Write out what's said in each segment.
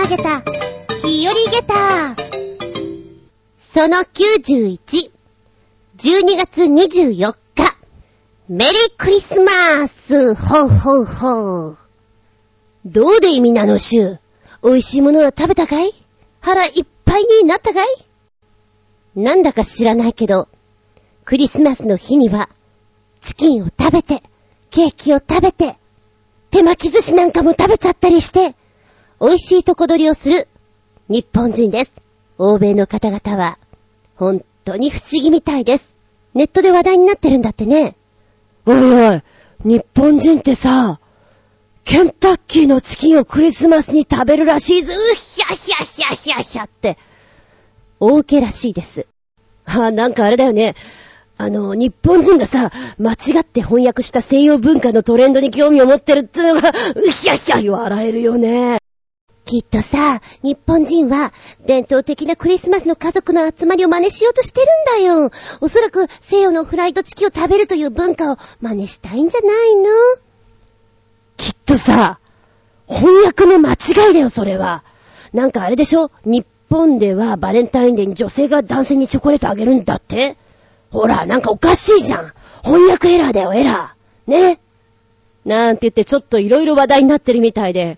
投げた日和ゲタその91 12月24日メリークリスマスほうほうほう。どうで意味なのシュー。美味しいものは食べたかい？腹いっぱいになったかい？なんだか知らないけどクリスマスの日にはチキンを食べてケーキを食べて手巻き寿司なんかも食べちゃったりして美味しいとこ取りをする日本人です。欧米の方々は本当に不思議みたいです。ネットで話題になってるんだってね。 おいおい、日本人ってさ、ケンタッキーのチキンをクリスマスに食べるらしいぞ。 ひゃひゃひゃひゃひゃって大受けらしいです。 なんかあれだよね。日本人がさ、間違って翻訳した西洋文化のトレンドに興味を持ってるってのが、ひゃひゃ笑えるよね。 きっとさ、日本人は伝統的なクリスマスの家族の集まりを真似しようとしてるんだよ。おそらく西洋のフライドチキンを食べるという文化を真似したいんじゃないの？ きっとさ、翻訳の間違いだよ、それは。なんかあれでしょ？日本ではバレンタインデーに女性が男性にチョコレートあげるんだって？ほら、なんかおかしいじゃん。翻訳エラーだよ、エラー。ね。なんて言ってちょっといろいろ話題になってるみたいで。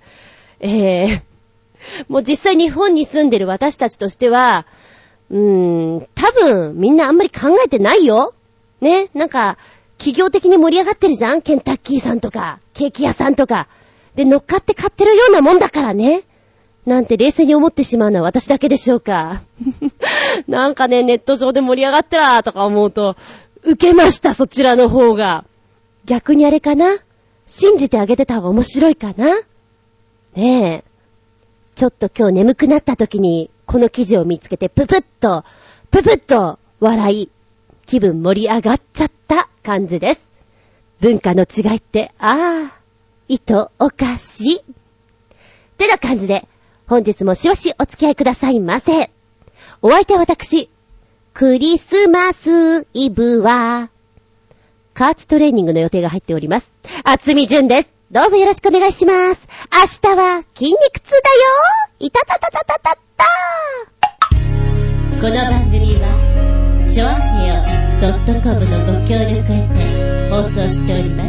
もう実際日本に住んでる私たちとしては、多分みんなあんまり考えてないよ。ね。なんか、企業的に盛り上がってるじゃん？ケンタッキーさんとか、ケーキ屋さんとか。で、乗っかって買ってるようなもんだからね。なんて冷静に思ってしまうのは私だけでしょうか。なんかね、ネット上で盛り上がってらーとか思うと、受けました、そちらの方が。逆にあれかな？信じてあげてた方が面白いかな？ねえ。ちょっと今日眠くなった時に、この記事を見つけて、ププッと笑い、気分盛り上がっちゃった感じです。文化の違いって、いとおかしい。てな感じで、本日もしばしお付き合いくださいませ。お相手は私、クリスマスイブは、加圧トレーニングの予定が入っております。厚み純です。どうぞよろしくお願いします。明日は筋肉痛だよ。いたたたたたたた。この番組はちょあへよ .com のご協力を得て放送しております。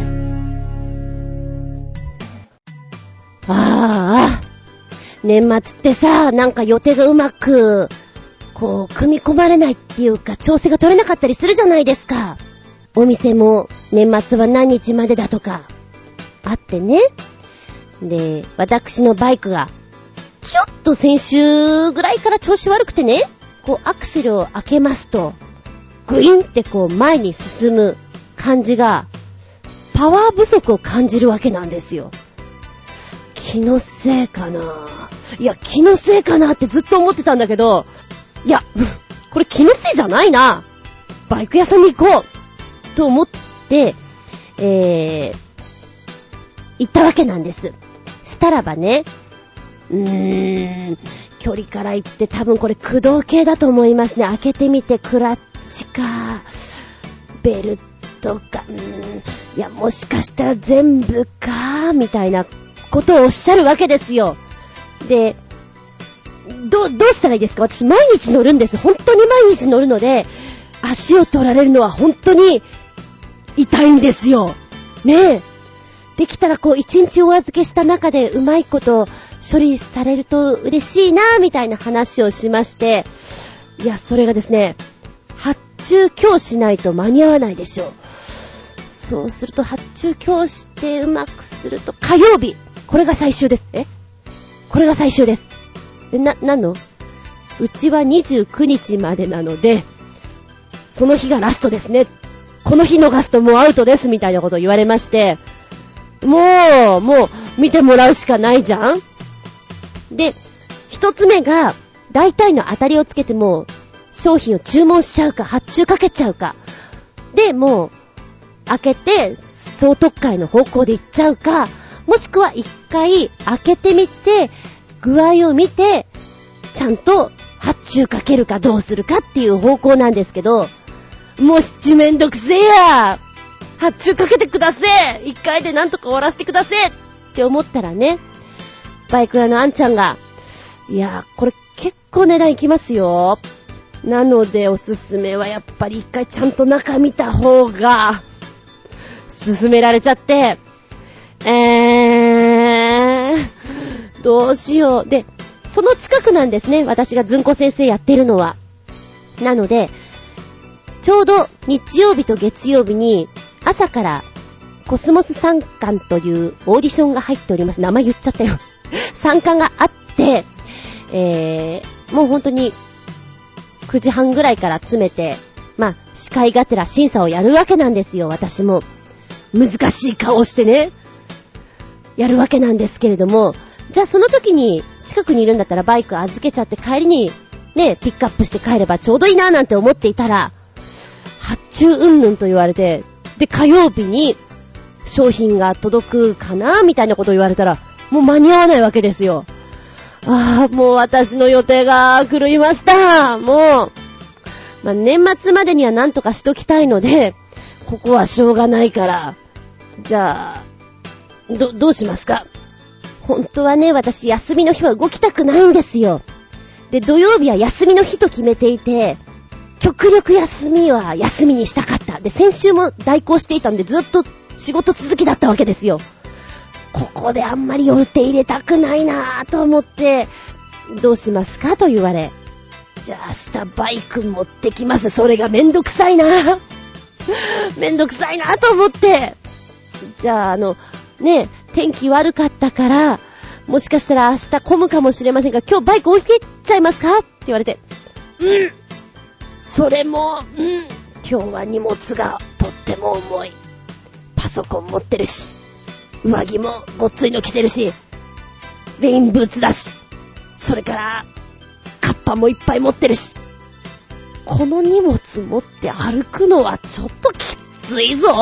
年末ってさ、なんか予定がうまく組み込まれないっていうか調整が取れなかったりするじゃないですか。お店も年末は何日までだとかあってね。で、私のバイクがちょっと先週ぐらいから調子悪くてね、アクセルを開けますとグインって前に進む感じがパワー不足を感じるわけなんですよ。気のせいかな？いや、気のせいかなってずっと思ってたんだけど、いや、これ気のせいじゃないな。バイク屋さんに行こうと思って行ったわけなんです。したらばね、距離から行って多分これ駆動系だと思いますね。開けてみてクラッチかベルトか、いやもしかしたら全部かみたいなことをおっしゃるわけですよ。で、どうしたらいいですか？私毎日乗るんです。本当に毎日乗るので足を取られるのは本当に痛いんですよ。ねえ。できたら一日お預けした中でうまいこと処理されると嬉しいなみたいな話をしまして、いやそれがですね、発注今日しないと間に合わないでしょう。そうすると発注今日してうまくすると火曜日、これが最終です。これが最終です。何の？うちは29日までなのでその日がラストですね。この日逃すともうアウトですみたいなことを言われまして、もう見てもらうしかないじゃん。で、一つ目が大体の当たりをつけても商品を注文しちゃうか発注かけちゃうかで、もう開けて総特会の方向で行っちゃうか、もしくは一回開けてみて具合を見てちゃんと発注かけるかどうするかっていう方向なんですけど、もしめんどくせえや、発注かけてくだせえ、一回でなんとか終わらせてくだせえって思ったらね、バイク屋のあんちゃんがいやー、これ結構値段いきますよ。なのでおすすめはやっぱり一回ちゃんと中見た方が勧められちゃって、どうしよう。で、その近くなんですね、私がずんこ先生やってるのは。なのでちょうど日曜日と月曜日に朝からコスモス参観というオーディションが入っております。名前言っちゃったよ。参観があって、もう本当に9時半ぐらいから詰めて、司会がてら審査をやるわけなんですよ。私も難しい顔をしてね、やるわけなんですけれども、じゃあその時に近くにいるんだったらバイク預けちゃって帰りにね、ピックアップして帰ればちょうどいいななんて思っていたら、発注うんぬんと言われて、で火曜日に商品が届くかなみたいなことを言われたら、もう間に合わないわけですよ。もう私の予定が狂いました。もう、年末までにはなんとかしときたいので、ここはしょうがないから、じゃあどうしますか。本当はね、私休みの日は動きたくないんですよ。で、土曜日は休みの日と決めていて、極力休みは休みにしたかった。で、先週も代行していたんでずっと仕事続きだったわけですよ。ここであんまり予定入れたくないなぁと思って、どうしますかと言われ、じゃあ明日バイク持ってきます。それがめんどくさいなめんどくさいなと思って、じゃあね、天気悪かったからもしかしたら明日混むかもしれませんが、今日バイク置いてっちゃいますかって言われて、それも今日は荷物がとっても重い。パソコン持ってるし、上着もごっついの着てるし、レインブーツだし、それからカッパもいっぱい持ってるし、この荷物持って歩くのはちょっときついぞ。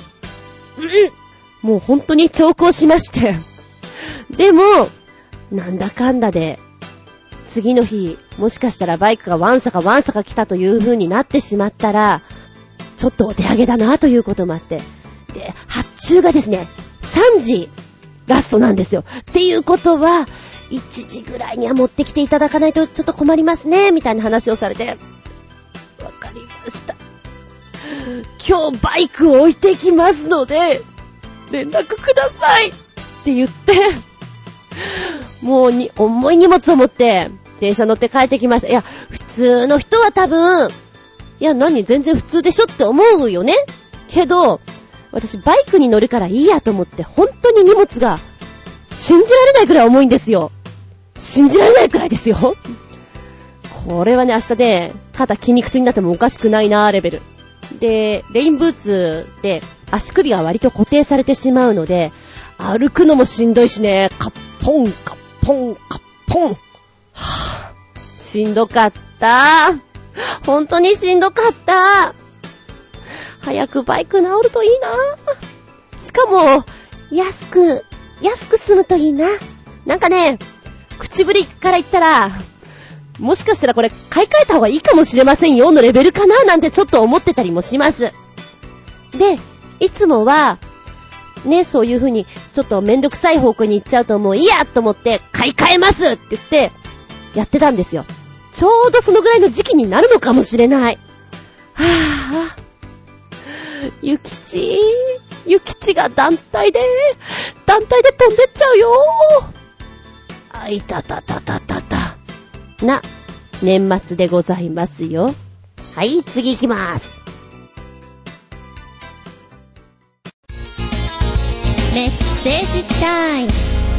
もう本当に長考しまして、でもなんだかんだで次の日、もしかしたらバイクがワンサカ来たという風になってしまったら、ちょっとお手上げだなということもあって、で、発注がですね、3時ラストなんですよ。っていうことは、1時ぐらいには持ってきていただかないとちょっと困りますね、みたいな話をされて、わかりました。今日バイクを置いてきますので、連絡くださいって言って、もう重い荷物を持って、電車乗って帰ってきました。いや、普通の人は多分、いや、全然普通でしょって思うよね。けど、私バイクに乗るからいいやと思って、本当に荷物が信じられないくらい重いんですよ。信じられないくらいですよ。これはね、明日で肩筋肉痛になってもおかしくないなレベルで、レインブーツで足首が割と固定されてしまうので、歩くのもしんどいしね、カッポンカッポンカッポン、しんどかった。本当にしんどかった。早くバイク治るといいな。しかも安く済むといいな。なんかね、口ぶりから言ったら、もしかしたらこれ買い替えた方がいいかもしれませんよのレベルかななんてちょっと思ってたりもします。で、いつもはね、そういう風にちょっとめんどくさい方向に行っちゃうと、もういいやと思って買い替えますって言ってやってたんですよ。ちょうどそのぐらいの時期になるのかもしれない。ゆきちが団体で飛んでっちゃうよ。あいたたたたたたな年末でございますよ。はい、次行きます。メッセージタイム。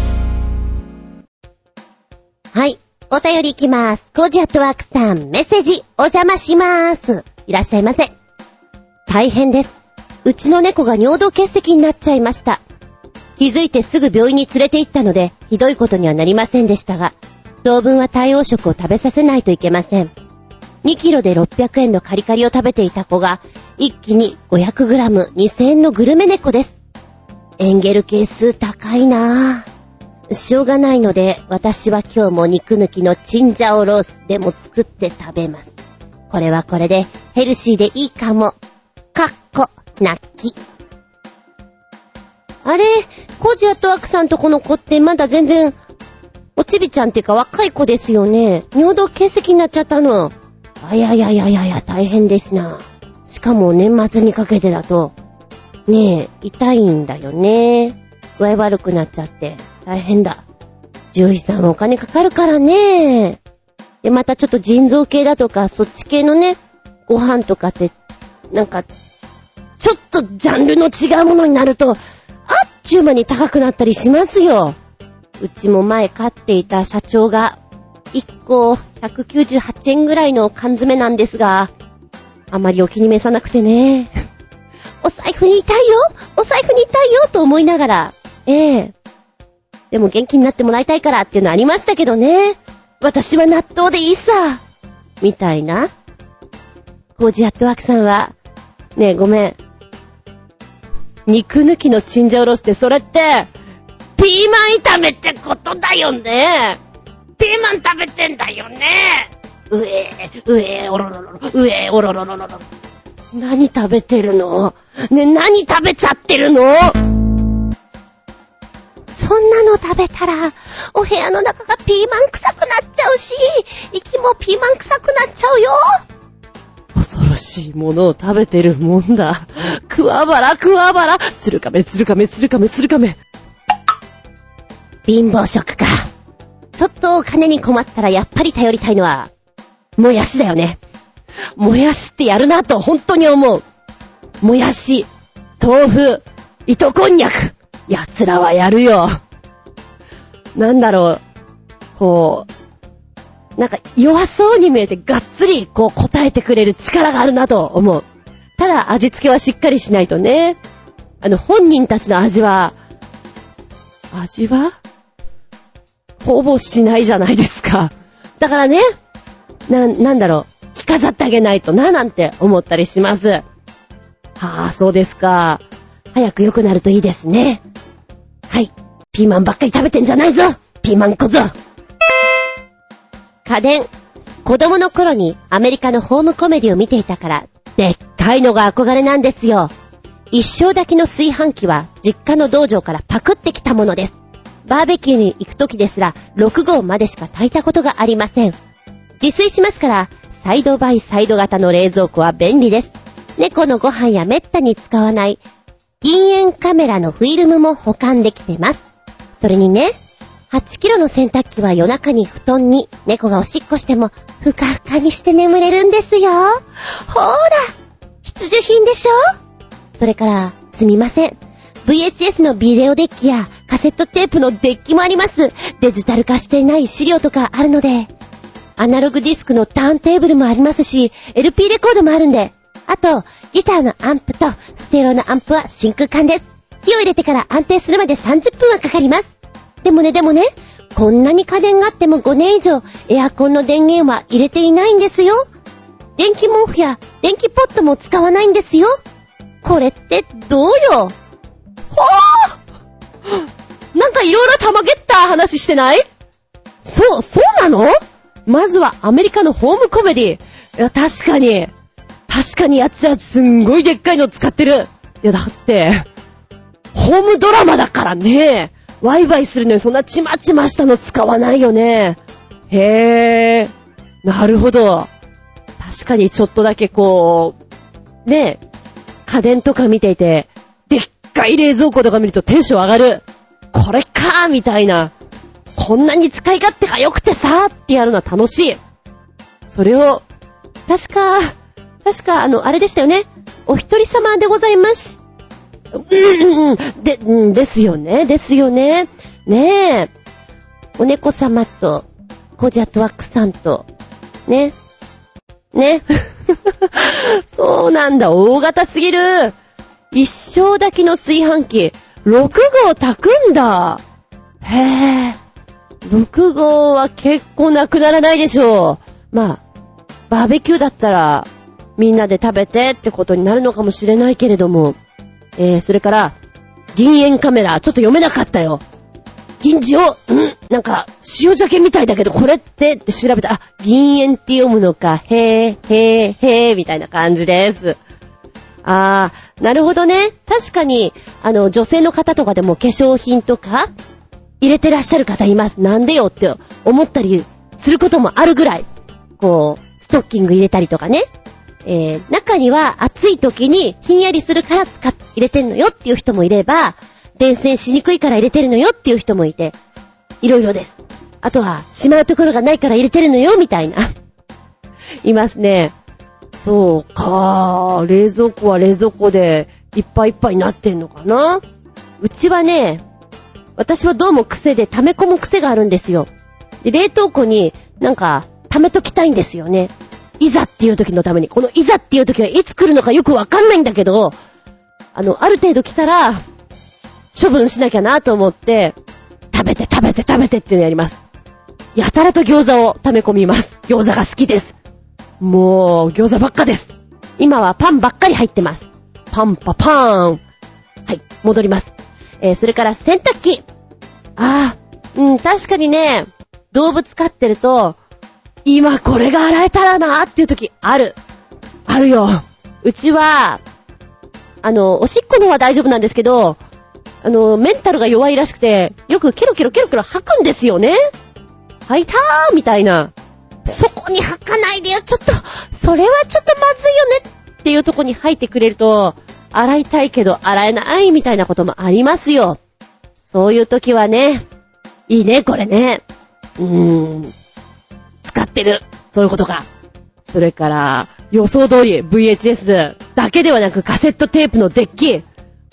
はい、お便り行きます。コージアットワークさん、メッセージお邪魔します。いらっしゃいませ。大変です。うちの猫が尿道結石になっちゃいました。気づいてすぐ病院に連れて行ったので、ひどいことにはなりませんでしたが、当分は対応食を食べさせないといけません。2キロで600円のカリカリを食べていた子が、一気に 500g 2000円のグルメ猫です。エンゲル係数高いなぁ。しょうがないので、私は今日も肉抜きのチンジャオロースでも作って食べます。これはこれでヘルシーでいいかも。泣き。あれ、コージアットワークさんとこの子ってまだ全然教おちびちゃんっていうか若い子ですよね。尿道結石になっちゃったの。あややややや、大変ですな。しかも年末にかけてだと、ねえ、痛いんだよね。具合悪くなっちゃって、大変だ。獣医さんお金かかるからね。で、またちょっと腎臓系だとか、そっち系のね、ご飯とかって、なんか、ちょっとジャンルの違うものになると、あっちゅう間に高くなったりしますよ。うちも前飼っていた社長が、1個198円ぐらいの缶詰なんですが、あまりお気に召さなくてね。お財布に痛いよ、お財布に痛いよと思いながら、でも元気になってもらいたいからっていうのありましたけどね。私は納豆でいいさみたいな。コージアットワークさんは、ねえごめん。肉抜きのチンジャオロースってそれって、ピーマン炒めってことだよね。ピーマン食べてんだよね。おろろろろ、おろろろろろ。何食べてるの？ね、何食べちゃってるの？そんなの食べたら、お部屋の中がピーマン臭くなっちゃうし、息もピーマン臭くなっちゃうよ。恐ろしいものを食べてるもんだ。クワバラ、つるかめ。貧乏食か。ちょっとお金に困ったらやっぱり頼りたいのは、もやしだよね。もやしってやるなと本当に思う。もやし、豆腐、糸こんにゃく。奴らはやるよ。なんだろう。こう、なんか弱そうに見えてがっつりこう答えてくれる力があるなと思う。ただ味付けはしっかりしないとね。本人たちの味はほぼしないじゃないですか。だからね、なんだろう。着飾ってあげないとななんて思ったりします。はあ、そうですか。早く良くなるといいですね。はい。ピーマンばっかり食べてんじゃないぞ。ピーマン小僧。家電。子供の頃にアメリカのホームコメディを見ていたから、でっかいのが憧れなんですよ。一升炊きの炊飯器は実家の道場からパクってきたものです。バーベキューに行くときですら6合までしか炊いたことがありません。自炊しますから、サイドバイサイド型の冷蔵庫は便利です。猫のご飯やめったに使わない銀塩カメラのフィルムも保管できてます。それにね、8キロの洗濯機は夜中に布団に猫がおしっこしてもふかふかにして眠れるんですよ。ほーら、必需品でしょ。それからすみません、VHS のビデオデッキやカセットテープのデッキもあります。デジタル化していない資料とかあるので、アナログディスクのターンテーブルもありますし、LP レコードもあるんで、あとギターのアンプとステレオのアンプは真空管です。火を入れてから安定するまで30分はかかります。でもね、こんなに家電があっても5年以上エアコンの電源は入れていないんですよ。電気毛布や電気ポットも使わないんですよ。これってどうよ。なんかいろいろたまげった話してない？そうなの？まずはアメリカのホームコメディ。いや、確かに奴らすんごいでっかいの使ってる。いや、だってホームドラマだからね。ワイワイするのにそんなちまちましたの使わないよね。へー、なるほど。確かにちょっとだけこうね、家電とか見ていてでっかい冷蔵庫とか見るとテンション上がる。これかーみたいな。こんなに使い勝手が良くてさーってやるのは楽しい。それを確かあれでしたよね。お一人様でございます。ですよね。ねえ。お猫様と、コジャトワックさんと、ね。そうなんだ、大型すぎる。一升炊きの炊飯器、6合炊くんだ。へぇ。6合は結構なくならないでしょう。まあ、バーベキューだったら、みんなで食べてってことになるのかもしれないけれども、それから、銀塩カメラ、ちょっと読めなかったよ。銀塩、なんか、塩鮭みたいだけど、これって調べた。銀塩って読むのか、へー、みたいな感じです。なるほどね。確かに、女性の方とかでも化粧品とか、 入れてらっしゃる方います。なんでよって思ったりすることもあるぐらい、こう、ストッキング入れたりとかね。中には暑い時にひんやりするから入れてんのよっていう人もいれば、伝染しにくいから入れてるのよっていう人もいて、いろいろです。あとは、しまうところがないから入れてるのよみたいな。いますね。そうか、冷蔵庫は冷蔵庫でいっぱいいっぱいになってんのかな。うちはね、私はどうも癖で溜め込む癖があるんですよ。で、冷凍庫になんか溜めときたいんですよね。いざっていう時のために。このいざっていう時はいつ来るのかよくわかんないんだけど、ある程度来たら処分しなきゃなと思って食べてっていうのやります。やたらと餃子を溜め込みます。餃子が好きです。もう餃子ばっかです。今はパンばっかり入ってます。パンパパーン。はい、戻ります。それから洗濯機。確かにね、動物飼ってると今これが洗えたらなーっていう時あるよ。うちはおしっこのは大丈夫なんですけど、メンタルが弱いらしくて、よくケロケロ吐くんですよね。吐いたーみたいな。そこに吐かないでよ、ちょっとそれはちょっとまずいよねっていうとこに吐いてくれると、洗いたいけど洗えないみたいなこともありますよ。そういう時はね、いいねこれね。使ってる。そういうことか。それから予想通り VHS だけではなくカセットテープのデッキ。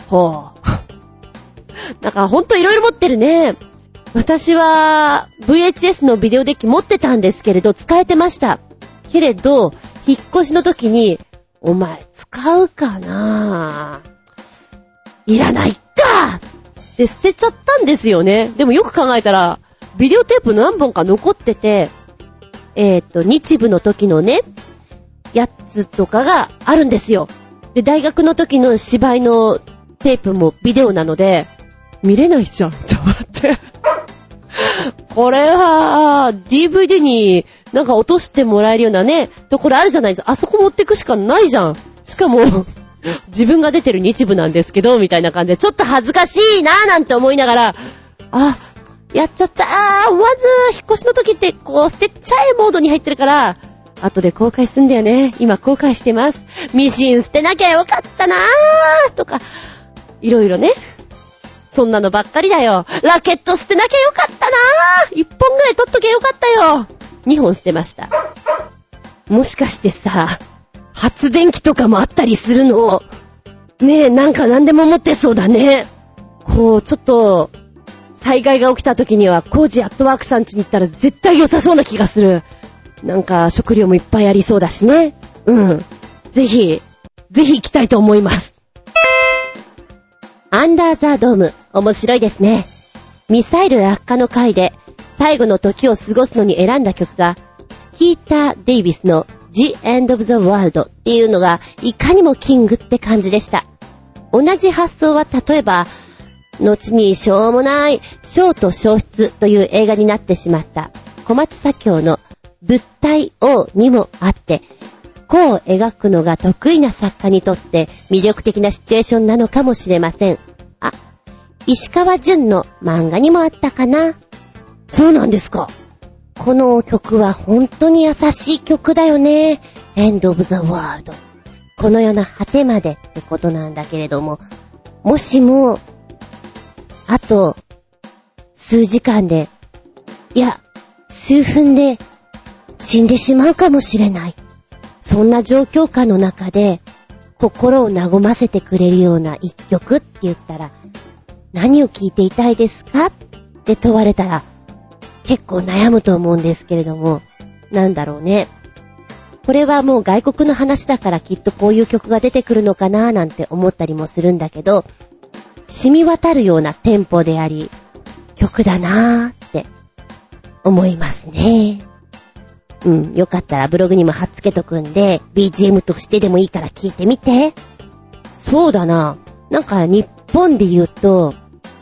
なんかほんといろいろ持ってるね。私は VHS のビデオデッキ持ってたんですけれど、使えてました。けれど引っ越しの時に、お前使うかな、いらないかって捨てちゃったんですよね。でもよく考えたらビデオテープ何本か残ってて、日舞の時のねやつとかがあるんですよ。で、大学の時の芝居のテープもビデオなので見れないじゃんと思ってこれは DVD になんか落としてもらえるようなねところあるじゃないですか。あそこ持ってくしかないじゃん。しかも自分が出てる日舞なんですけどみたいな感じで、ちょっと恥ずかしいなーなんて思いながら、やっちゃった。まず引っ越しの時ってこう捨てちゃえモードに入ってるから後で後悔すんだよね。今後悔してます。ミシン捨てなきゃよかったなーとかいろいろね、そんなのばっかりだよ。ラケット捨てなきゃよかったなー。1本ぐらい取っとけよかったよ。2本捨てました。もしかしてさ、発電機とかもあったりするのねえ、なんか何でも持ってそうだね。こうちょっと災害が起きた時にはコージアットワークさん家に行ったら絶対良さそうな気がする。なんか食料もいっぱいありそうだしね。ぜひ行きたいと思います。アンダーザドーム、面白いですね。ミサイル落下の回で最後の時を過ごすのに選んだ曲がスキーター・デイビスの The End of the World っていうのがいかにもキングって感じでした。同じ発想は例えば後にしょうもないショート消失という映画になってしまった小松左京の物体王にもあって、こう描くのが得意な作家にとって魅力的なシチュエーションなのかもしれません。石川純の漫画にもあったかな。そうなんですか。この曲は本当に優しい曲だよね。End of the World。この世の果てまでってことなんだけれども、もしもあと数時間で、いや数分で死んでしまうかもしれない。そんな状況下の中で心を和ませてくれるような一曲って言ったら何を聴いていたいですかって問われたら結構悩むと思うんですけれども、なんだろうね。これはもう外国の話だからきっとこういう曲が出てくるのかななんて思ったりもするんだけど、染み渡るようなテンポであり曲だなーって思いますね。よかったらブログにも貼っつけとくんで BGM としてでもいいから聞いてみて。そうだな、なんか日本で言うと、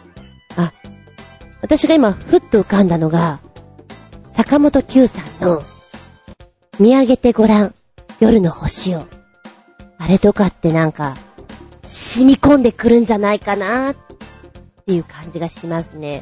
私が今ふっと浮かんだのが坂本九さんの見上げてごらん夜の星を、あれとかってなんか染み込んでくるんじゃないかなっていう感じがしますね。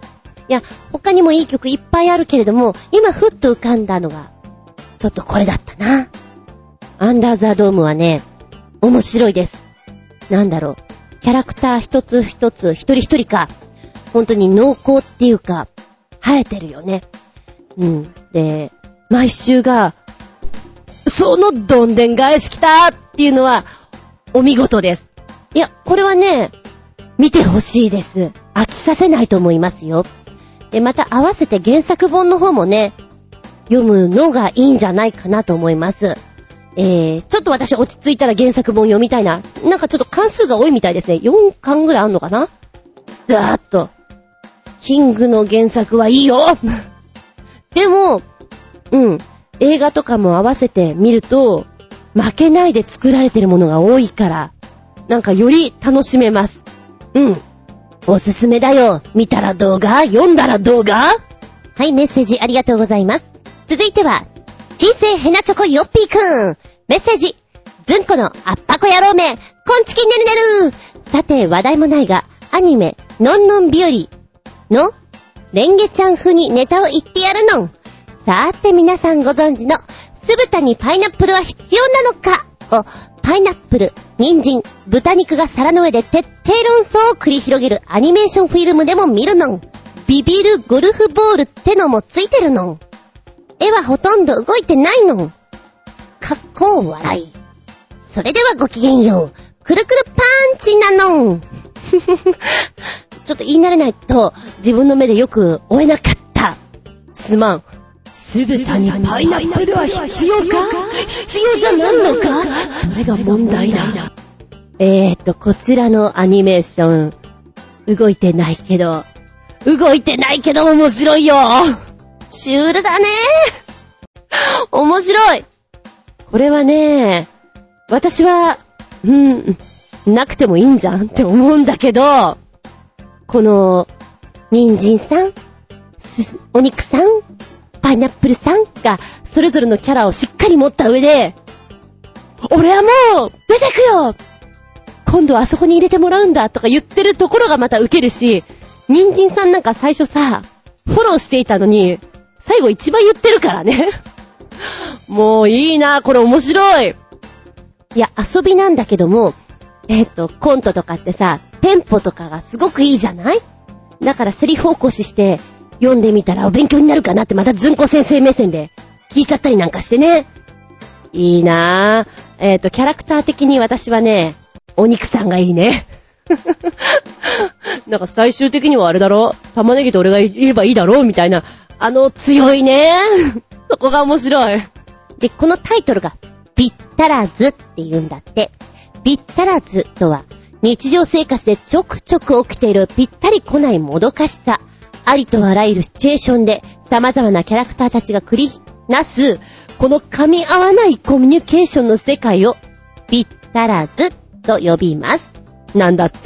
いや、他にもいい曲いっぱいあるけれども、今ふっと浮かんだのが、ちょっとこれだったな。アンダーザドームはね、面白いです。なんだろう。キャラクター一つ一つ、一人一人か、本当に濃厚っていうか、生えてるよね。で、毎週が、そのどんでん返し来たっていうのは、お見事です。いや、これはね、見てほしいです。飽きさせないと思いますよ。で、また合わせて原作本の方もね、読むのがいいんじゃないかなと思います。ちょっと私落ち着いたら原作本読みたいな。なんかちょっと関数が多いみたいですね。4巻ぐらいあんのかな？ざーっと。キングの原作はいいよでも、映画とかも合わせて見ると、負けないで作られてるものが多いから、なんかより楽しめます。おすすめだよ。見たら動画？読んだら動画？はい、メッセージありがとうございます。続いては、新生ヘナチョコヨッピーくん。メッセージ。ずんこのあっぱこ野郎め、こんちきねるねる。さて、話題もないが、アニメ、のんのん日和の、レンゲちゃん風にネタを言ってやるのん。さーて皆さんご存知の、酢豚にパイナップルは必要なのかを、パイナップル、人参、豚肉が皿の上で徹底論争を繰り広げるアニメーションフィルムでも見るのん。ビビるゴルフボールってのもついてるのん。絵はほとんど動いてないのん。かっこ笑い。それではごきげんよう。くるくるパンチなのん。ちょっと言い慣れないと自分の目でよく追えなかった。すまん。酢豚にパイナップルは必要か？必要じゃないのか？それが問題だ。こちらのアニメーション、動いてないけど面白いよ。シュールだね。面白い。これはね、私は、なくてもいいんじゃんって思うんだけど、この、人参さん、お肉さん、パイナップルさんが、それぞれのキャラをしっかり持った上で、俺はもう、出てくよ！今度はあそこに入れてもらうんだとか言ってるところがまたウケるし、人参さんなんか最初さ、フォローしていたのに、最後一番言ってるからね。もういいな、これ面白い。いや、遊びなんだけども、コントとかってさ、テンポとかがすごくいいじゃない？だからセリフ起こしして読んでみたらお勉強になるかなってまたずんこ先生目線で聞いちゃったりなんかしてね。いいなぁ。キャラクター的に私はね、お肉さんがいいね。なんか最終的にはあれだろ？玉ねぎと俺がいればいいだろうみたいな、強いね。そこが面白い。で、このタイトルが、ぴったらずって言うんだって。ぴったらずとは、日常生活でちょくちょく起きているぴったり来ないもどかしさ。ありとあらゆるシチュエーションで、様々なキャラクターたちが繰りなす、この噛み合わないコミュニケーションの世界を、ぴったらずと呼びます。なんだって。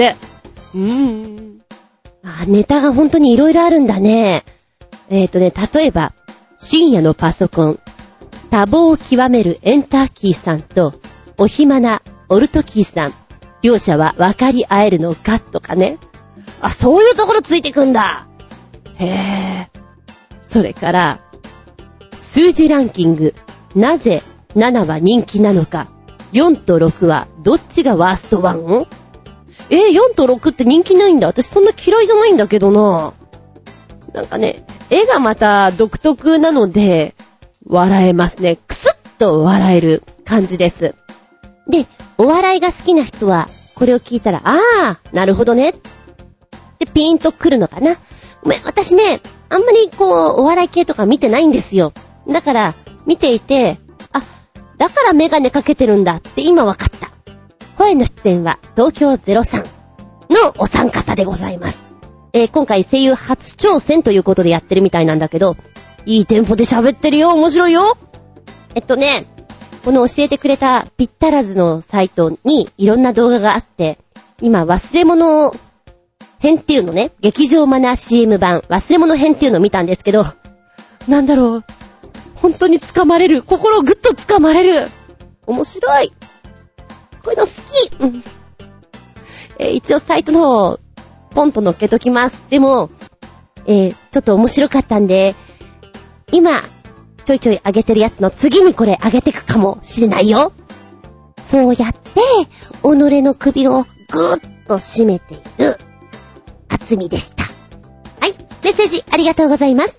ネタが本当にいろいろあるんだね。例えば、深夜のパソコン、多忙を極めるエンターキーさんと、お暇なオルトキーさん、両者は分かり合えるのかとかね。あ、そういうところついてくんだ。へー。それから、数字ランキング、なぜ7は人気なのか、4と6はどっちがワースト1？4と6って人気ないんだ。私そんな嫌いじゃないんだけどな。なんかね、絵がまた独特なので、笑えますね。クスッと笑える感じです。で、お笑いが好きな人は、これを聞いたら、なるほどね。で、ピーンと来るのかな。ごめん、私ね、あんまりお笑い系とか見てないんですよ。だから、見ていて、だからメガネかけてるんだって今わかった。声の出演は東京03のお三方でございます。今回声優初挑戦ということでやってるみたいなんだけど、いいテンポで喋ってるよ。面白いよ。この教えてくれたぴったらずのサイトにいろんな動画があって、今忘れ物編っていうのね、劇場マナー CM 版忘れ物編っていうのを見たんですけど、なんだろう、本当に掴まれる、心をぐっと掴まれる。面白い。こういうの好き。一応サイトの方ポンと乗っけときます。でも、 ちょっと面白かったんで、今、ちょいちょい上げてるやつの次にこれ上げてくかもしれないよ。そうやって、己の首をぐーっと締めている、あつみでした。はい、メッセージありがとうございます。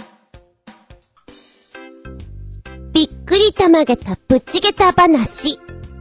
びっくりたまげたぶちげた話。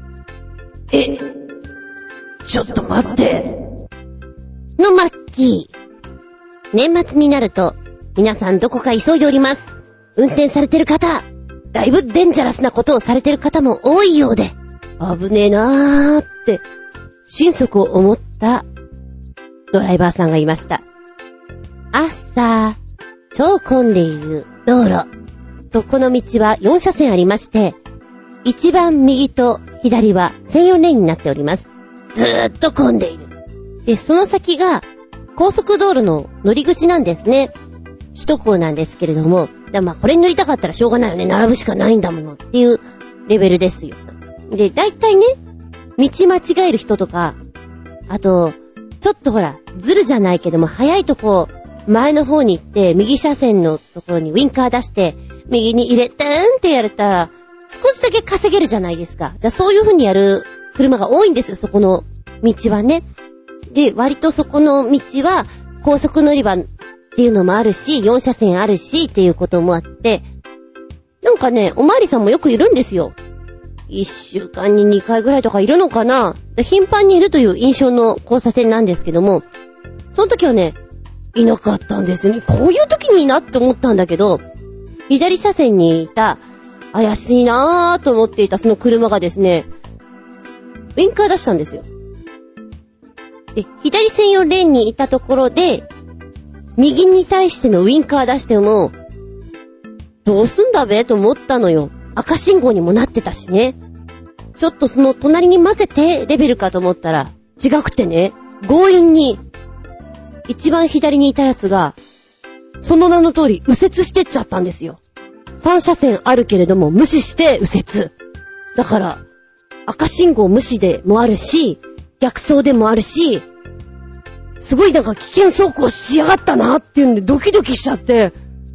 ちょっと待って。 のマッキー。年末になると、皆さんどこか急いでおります。運転されてる方、だいぶデンジャラスなことをされてる方も多いようで、危ねえなーって、心底思ったドライバーさんがいました。朝、超混んでいる道路。そこの道は4車線ありまして、一番右と左は専用レーンになっております。ずーっと混んでいる。で、その先が高速道路の乗り口なんですね。首都高なんですけれども、これに乗りたかったらしょうがないよね。並ぶしかないんだものっていうレベルですよ。で、だいたいね、道間違える人とか、あと、ちょっとほら、ずるじゃないけども、早いとこ、前の方に行って、右車線のところにウィンカー出して、右に入れてーんってやれたら、少しだけ稼げるじゃないですか。そういう風にやる車が多いんですよ、そこの道はね。で、割とそこの道は、高速乗り場っていうのもあるし、4車線あるし、っていうこともあって、なんかね、おまわりさんもよくいるんですよ。1週間に2回ぐらいとかいるのかな。頻繁にいるという印象の交差点なんですけども、その時はね、いなかったんですよね。こういう時にいいなって思ったんだけど、左車線にいた、怪しいなぁと思っていたその車がですね、ウィンカー出したんですよ。で、左専用レーンにいたところで、右に対してのウィンカー出しても、どうすんだべと思ったのよ。赤信号にもなってたしね。ちょっとその隣に混ぜてレベルかと思ったら、違くてね、強引に、一番左にいたやつが、その名の通り右折してっちゃったんですよ。3車線あるけれども無視して右折。だから、赤信号無視でもあるし、逆走でもあるし、すごいなんか危険走行しやがったなっていうんでドキドキしちゃって、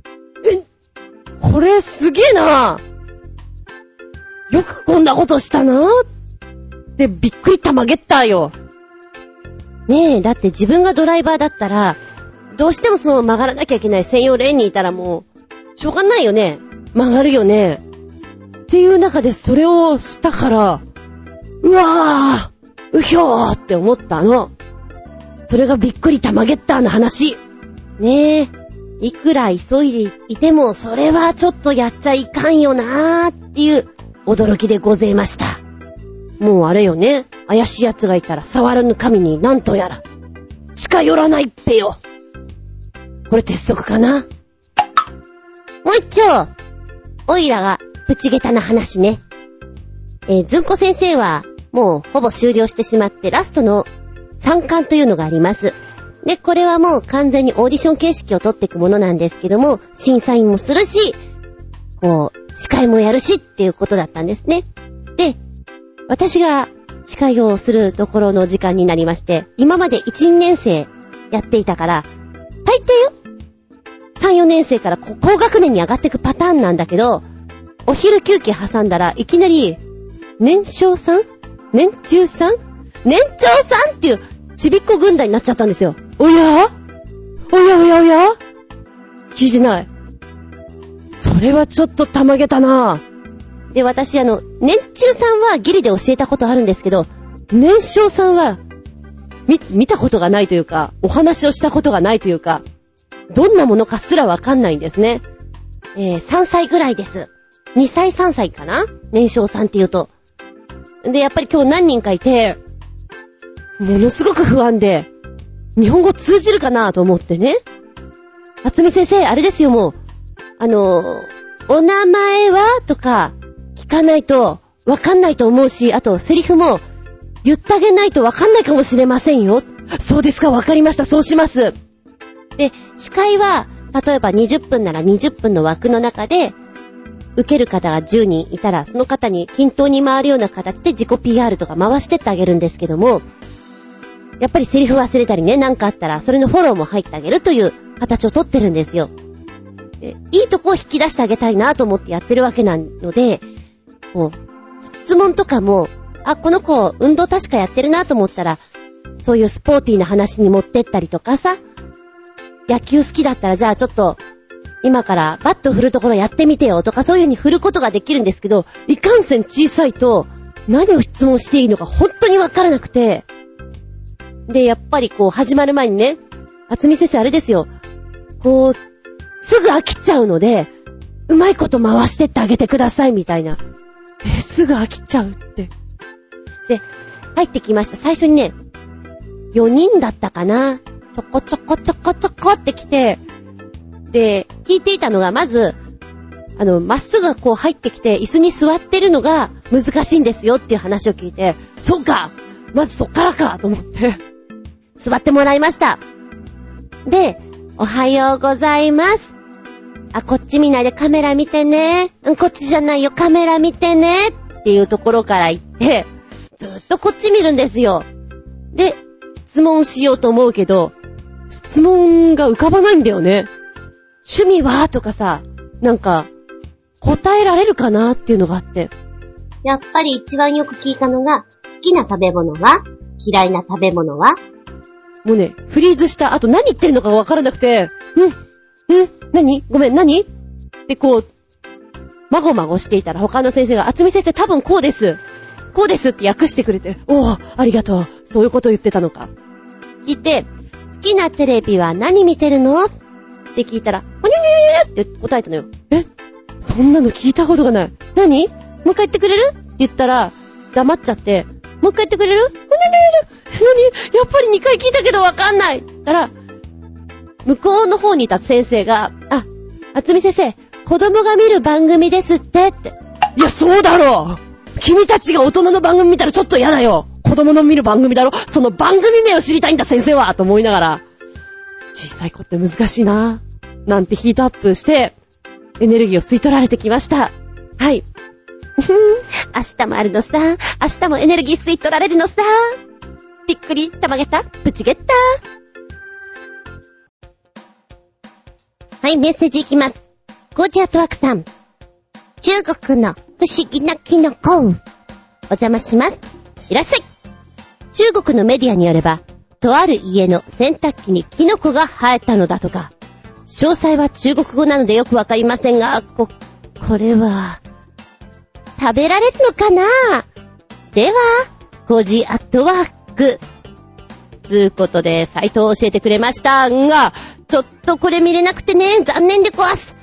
これすげえな、よくこんなことしたなってびっくりたまげったよ。ねえ、だって自分がドライバーだったら、どうしてもその曲がらなきゃいけない専用レーンにいたらもう、しょうがないよね。曲がるよね。っていう中でそれをしたから、うわー、うひょーって思ったの。それがびっくりたまげったの話。ねえ、いくら急いでいても、それはちょっとやっちゃいかんよなーっていう驚きでございました。もうあれよね、怪しい奴がいたら触らぬ神になんとやら。近寄らないっぺよ。これ鉄則かな。もう一丁、おいらがぶちげたな話ね。ずんこ先生はもうほぼ終了してしまってラストの3巻というのがあります。で、これはもう完全にオーディション形式を取っていくものなんですけども、審査員もするし、こう、司会もやるしっていうことだったんですね。で、私が司会をするところの時間になりまして、今まで1、2年生やっていたから、大抵よ、3、4年生から高学年に上がっていくパターンなんだけど、お昼休憩挟んだらいきなり、年少さん?年中さん?年長さんっていうちびっこ軍団になっちゃったんですよ。おや?おや聞いてない。それはちょっとたまげたな。で、私年中さんはギリで教えたことあるんですけど、年少さんは見たことがないというか、お話をしたことがないというか、どんなものかすらわかんないんですね。3歳ぐらいです。2歳3歳かな?年少さんって言うと。で、やっぱり今日何人かいて、ものすごく不安で、日本語通じるかなと思ってね。あつみ先生、あれですよ、もう。お名前はとか聞かないとわかんないと思うし、あとセリフも言ってあげないとわかんないかもしれませんよ。そうですか、わかりました、そうします。で、司会は例えば20分なら20分の枠の中で受ける方が10人いたら、その方に均等に回るような形で自己 PR とか回してってあげるんですけども、やっぱりセリフ忘れたりね、なんかあったらそれのフォローも入ってあげるという形をとってるんですよ。いいとこを引き出してあげたいなと思ってやってるわけなので、こう、質問とかも、この子運動確かやってるなと思ったら、そういうスポーティーな話に持ってったりとかさ、野球好きだったらじゃあちょっと、今からバット振るところやってみてよとかそういう風に振ることができるんですけど、いかんせん小さいと何を質問していいのか本当にわからなくて、で、やっぱりこう始まる前にね、厚見先生あれですよ、こう、すぐ飽きちゃうので、うまいこと回してってあげてくださいみたいな。すぐ飽きちゃうって。で、入ってきました。最初にね、4人だったかな。ちょこちょこちょこちょこって来て、で、聞いていたのが、まず、まっすぐこう入ってきて、椅子に座ってるのが難しいんですよっていう話を聞いて、そうか！まずそっからかと思って、座ってもらいました。で、おはようございます。こっち見ないでカメラ見てね。こっちじゃないよ、カメラ見てね。っていうところから行って、ずっとこっち見るんですよ。で、質問しようと思うけど、質問が浮かばないんだよね。趣味はとかさ、なんか、答えられるかなっていうのがあって。 やっぱり一番よく聞いたのが、好きな食べ物は？嫌いな食べ物は？ もうね、フリーズした後何言ってるのか分からなくて、何？ごめん、何？ってこう、まごまごしていたら他の先生が、厚見先生多分こうです。こうですって訳してくれて、おー、ありがとう。そういうこと言ってたのか。聞いて、好きなテレビは何見てるの？って聞いたら、ほにょにょにょにょって答えたのよ。そんなの聞いたことがない。何？もう一回言ってくれる？って言ったら、黙っちゃって、もう一回言ってくれる？ほにょにょにょ何？やっぱり2回聞いたけどわかんない。って言ったら、向こうの方にいた先生が、厚見先生、子供が見る番組ですってって。いや、そうだろう。君たちが大人の番組見たらちょっと嫌だよ。子供の見る番組だろ。その番組名を知りたいんだ先生はと思いながら、小さい子って難しいななんてヒートアップしてエネルギーを吸い取られてきました。はい。明日もあるのさ。明日もエネルギー吸い取られるのさ。びっくり、たまげた、プチゲッタ。 はい、メッセージいきます。ゴージアットワークさん。中国の不思議なキノコ。お邪魔します。いらっしゃい。中国のメディアによれば、とある家の洗濯機にキノコが生えたのだとか。詳細は中国語なのでよくわかりませんが、これは、食べられるのかな？では、ゴジアットワーク。つうことで、サイトを教えてくれましたが、ちょっとこれ見れなくてね、残念でこわす。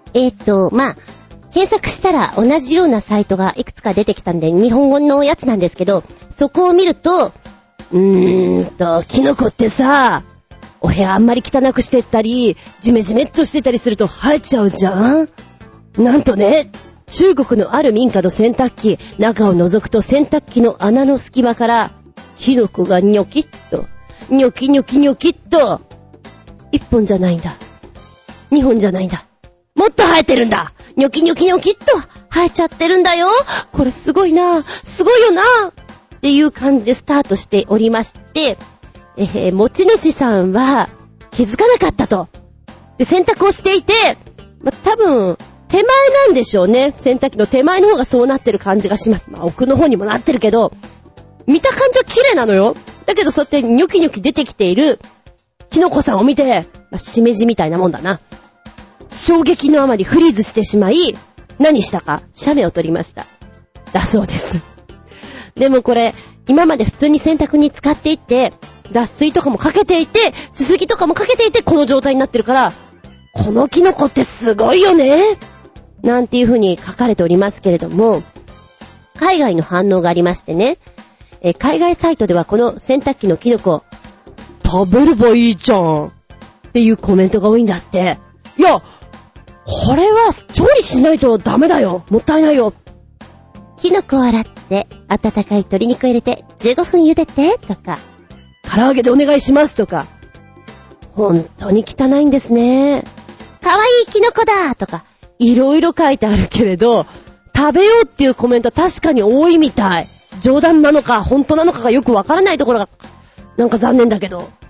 検索したら同じようなサイトがいくつか出てきたんで、日本語のやつなんですけど、そこを見ると、キノコってさ、お部屋あんまり汚くしてったり、ジメジメっとしてたりすると生えちゃうじゃん？なんとね、中国のある民家の洗濯機、中を覗くと洗濯機の穴の隙間から、キノコがニョキッと、ニョキニョキニョキッと、1本じゃないんだ。2本じゃないんだ。もっと生えてるんだ。ニョキニョキニョキッと生えちゃってるんだよ。これすごいな。すごいよな。っていう感じでスタートしておりまして、持ち主さんは気づかなかったと。で、洗濯をしていて、多分、手前なんでしょうね。洗濯機の手前の方がそうなってる感じがします。奥の方にもなってるけど、見た感じは綺麗なのよ。だけどそうやってニョキニョキ出てきているキノコさんを見て、しめじみたいなもんだな。衝撃のあまりフリーズしてしまい、何したか、写メを撮りました。だそうです。でもこれ、今まで普通に洗濯に使っていて、脱水とかもかけていて、すすぎとかもかけていて、この状態になってるから、このキノコってすごいよねなんていう風に書かれておりますけれども、海外の反応がありましてね、海外サイトではこの洗濯機のキノコ、食べればいいじゃんっていうコメントが多いんだって。いや、これは調理しないとダメだよ。もったいないよ。キノコを洗って、温かい鶏肉を入れて15分茹でてとか、唐揚げでお願いしますとか、本当に汚いんですね。かわいいキノコだとか、いろいろ書いてあるけれど、食べようっていうコメント確かに多いみたい。冗談なのか本当なのかがよくわからないところがなんか残念だけど、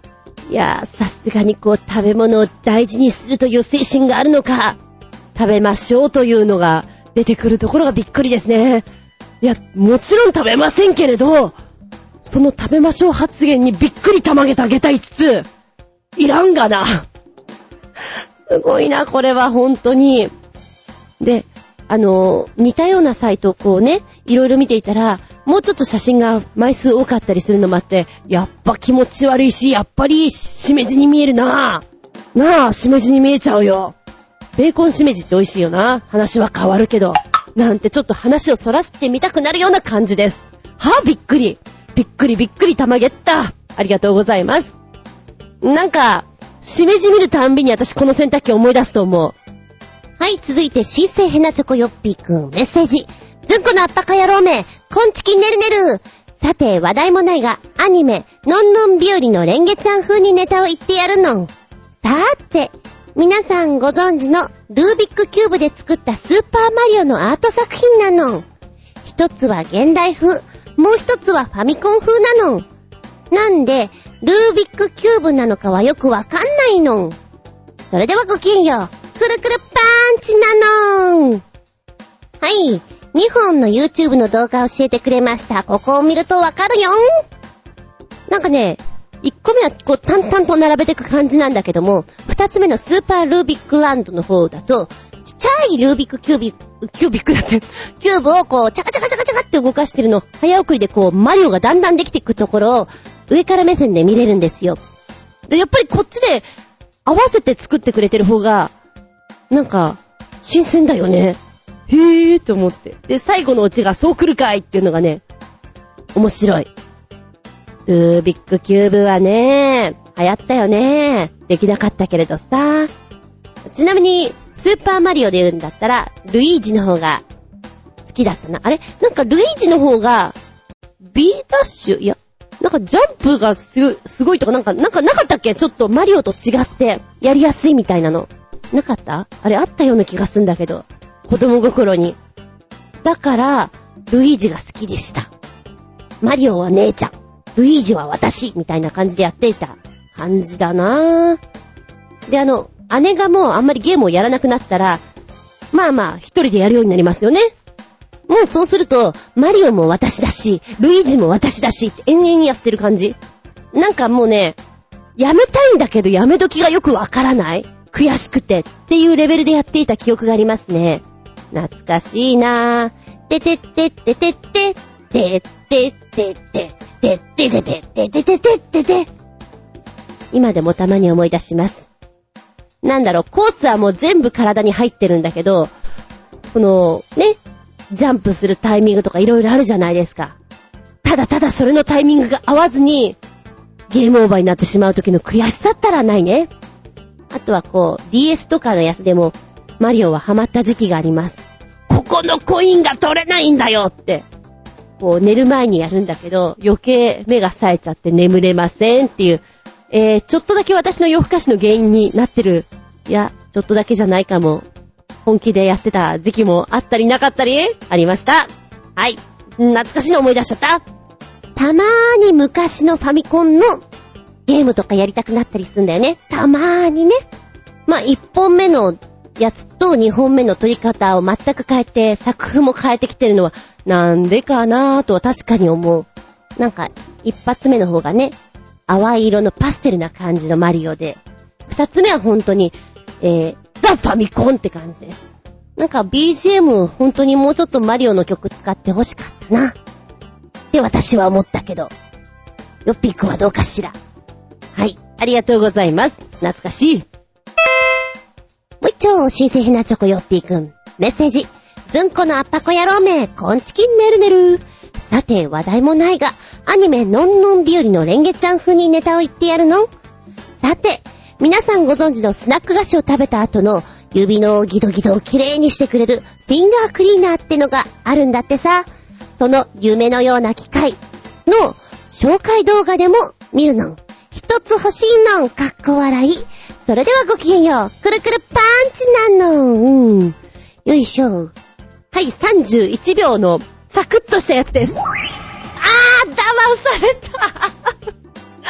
いやー、さすがにこう食べ物を大事にするという精神があるのか、食べましょうというのが出てくるところがびっくりですね。いや、もちろん食べませんけれど、その食べましょう発言にびっくりたまげてあげたいつつ、いらんがな。すごいな、これは本当に。で、似たようなサイトをこうね、いろいろ見ていたら、もうちょっと写真が枚数多かったりするのもあって、やっぱ気持ち悪いし、やっぱりしめじに見えるな。なあ、しめじに見えちゃうよ。ベーコンしめじって美味しいよな。話は変わるけど。なんてちょっと話をそらせてみたくなるような感じです。はぁ、びっくり。びっくりびっくりたまげった。ありがとうございます。なんか、しめじ見るたんびに私この洗濯機を思い出すと思う。はい、続いて新生ヘナチョコヨッピーくんメッセージ。ずんこのあっぱか野郎め、こんちきねるねる。さて、話題もないが、アニメ、のんのん日和のレンゲちゃん風にネタを言ってやるの。さーて、皆さんご存知のルービックキューブで作ったスーパーマリオのアート作品なの。一つは現代風、もう一つはファミコン風なの。なんで、ルービックキューブなのかはよくわかんないの。それではごきげんよう。くるくるパンチなの。はい。2本の YouTube の動画を教えてくれました。ここを見るとわかるよ。なんかね、1個目はこう淡々と並べていく感じなんだけども、2つ目のスーパールービックランドの方だと、ちっちゃいルービックキュービックだって、キューブをこう、チャカチャカチャカチャカって動かしてるの、早送りでこう、マリオがだんだんできていくところを、上から目線で見れるんですよ。で、やっぱりこっちで、合わせて作ってくれてる方が、なんか、新鮮だよね。へーと思って。で、最後のオチがそう来るかいっていうのがね、面白い。ルービックキューブはね、流行ったよね。できなかったけれどさ。ちなみに、スーパーマリオで言うんだったら、ルイージの方が好きだったな。あれなんかルイージの方が、B ダッシュいや、なんかジャンプがすごいとかなんかなかったっけ？ちょっとマリオと違ってやりやすいみたいなの。なかった？あれあったような気がするんだけど。子供心に。だから、ルイージが好きでした。マリオは姉ちゃん。ルイージは私みたいな感じでやっていた感じだなぁ。で、姉がもうあんまりゲームをやらなくなったら、まあ一人でやるようになりますよね。もうそうすると、マリオも私だし、ルイージも私だしって延々やってる感じ。なんかもうね、やめたいんだけどやめ時がよくわからない。悔しくてっていうレベルでやっていた記憶がありますね。懐かしいなぁ。ててってってってっててってってっててっててててててててて。今でもたまに思い出します。なんだろう、コースはもう全部体に入ってるんだけど、このね、ジャンプするタイミングとかいろいろあるじゃないですか。ただそれのタイミングが合わずにゲームオーバーになってしまう時の悔しさったらないね。あとはこう DS とかのやつでもマリオはハマった時期があります。ここのコインが取れないんだよってこう寝る前にやるんだけど余計目が冴えちゃって眠れませんっていう、ちょっとだけ私の夜更かしの原因になってる。いやちょっとだけじゃないかも。本気でやってた時期もあったりなかったりありました。はい。懐かしいの思い出しちゃった。たまーに昔のファミコンのゲームとかやりたくなったりするんだよね。たまーにね。まあ、1本目のやつと2本目の撮り方を全く変えて、作風も変えてきてるのはなんでかなーとは確かに思う。なんか、一発目の方がね、淡い色のパステルな感じのマリオで、二つ目は本当に、ザ・ファミコンって感じです。なんか BGM 本当にもうちょっとマリオの曲使ってほしかったなって私は思ったけど、ヨッピーくんはどうかしら。はい、ありがとうございます。懐かしい。もう一丁新鮮ヘナチョコヨッピーくんメッセージ。ずんこのあっぱこ野郎め、こんちきんねるねる。さて話題もないがアニメのんのん日和のレンゲちゃん風にネタを言ってやるの。さて皆さんご存知のスナック菓子を食べた後の指のギドギドをきれいにしてくれるフィンガークリーナーってのがあるんだってさ。その夢のような機械の紹介動画でも見るの。一つ欲しいの。かっこ笑い。それではごきげんよう。くるくるパンチなの。よいしょ。はい、31秒のサクッとしたやつです。騙された。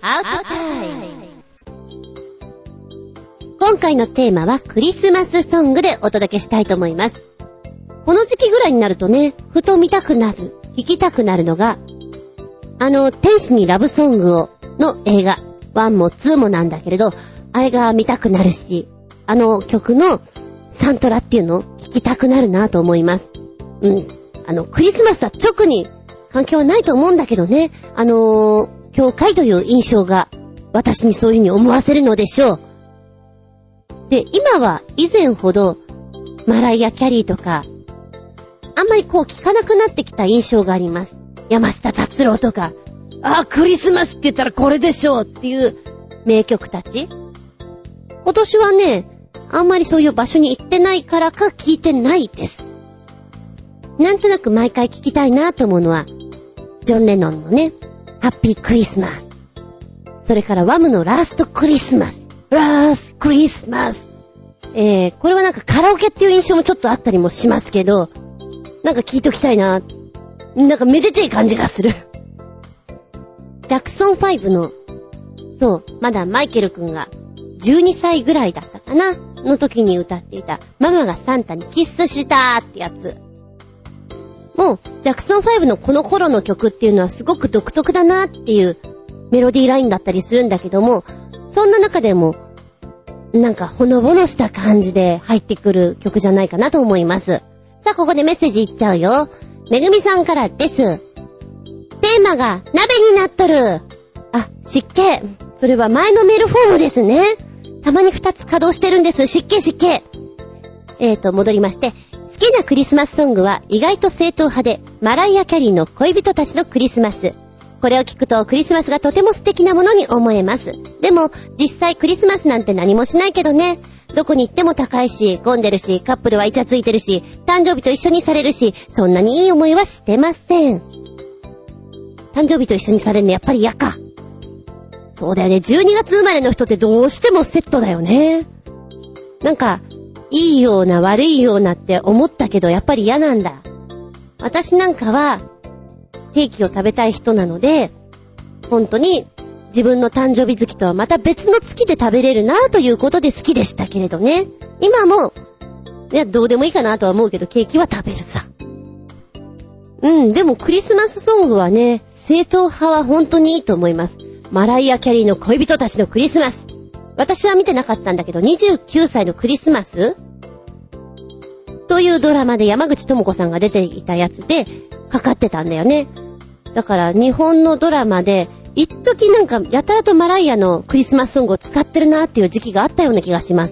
アウトタイム。今回のテーマはクリスマスソングでお届けしたいと思います。この時期ぐらいになるとね、ふと見たくなる、聴きたくなるのが、天使にラブソングをの映画、1も2もなんだけれど、あれが見たくなるし、曲のサントラっていうの聴きたくなるなと思います。クリスマスは直に関係はないと思うんだけどね、教会という印象が私にそういう風に思わせるのでしょう。で、今は以前ほどマライア・キャリーとかあんまりこう聞かなくなってきた印象があります。山下達郎とか、クリスマスって言ったらこれでしょうっていう名曲たち。今年はね、あんまりそういう場所に行ってないからか聞いてないです。なんとなく毎回聞きたいなと思うのは、ジョン・レノンのね、ハッピークリスマス。それからワムのラーストクリスマス。ラスクリスマス。これはなんかカラオケっていう印象もちょっとあったりもしますけど、なんか聞いときたいな。なんかめでてえ感じがする。ジャクソン5の、そう、まだマイケル君が12歳ぐらいだったかなの時に歌っていたママがサンタにキスしたってやつ。もう、ジャクソン5のこの頃の曲っていうのはすごく独特だなっていうメロディーラインだったりするんだけども、そんな中でもなんかほのぼのした感じで入ってくる曲じゃないかなと思います。さあ、ここでメッセージいっちゃうよ。めぐみさんからです。テーマが鍋になっとる。湿気。それは前のメールフォームですね。たまに2つ稼働してるんです。湿気。戻りまして、好きなクリスマスソングは意外と正統派で、マライア・キャリーの恋人たちのクリスマス。これを聞くとクリスマスがとても素敵なものに思えます。でも実際クリスマスなんて何もしないけどね。どこに行っても高いし、混んでるし、カップルはイチャついてるし、誕生日と一緒にされるし、そんなにいい思いはしてません。誕生日と一緒にされるのやっぱり嫌か。そうだよね。12月生まれの人ってどうしてもセットだよね。なんかいいような悪いようなって思ったけどやっぱり嫌なんだ。私なんかはケーキを食べたい人なので、本当に自分の誕生日月とはまた別の月で食べれるなということで好きでしたけれどね。今もどうでもいいかなとは思うけどケーキは食べるさ。でもクリスマスソングはね、正統派は本当にいいと思います。マライア・キャリーの恋人たちのクリスマス。私は見てなかったんだけど、29歳のクリスマスというドラマで山口智子さんが出ていたやつでかかってたんだよね。だから日本のドラマで一時なんかやたらとマライアのクリスマスソングを使ってるなっていう時期があったような気がします。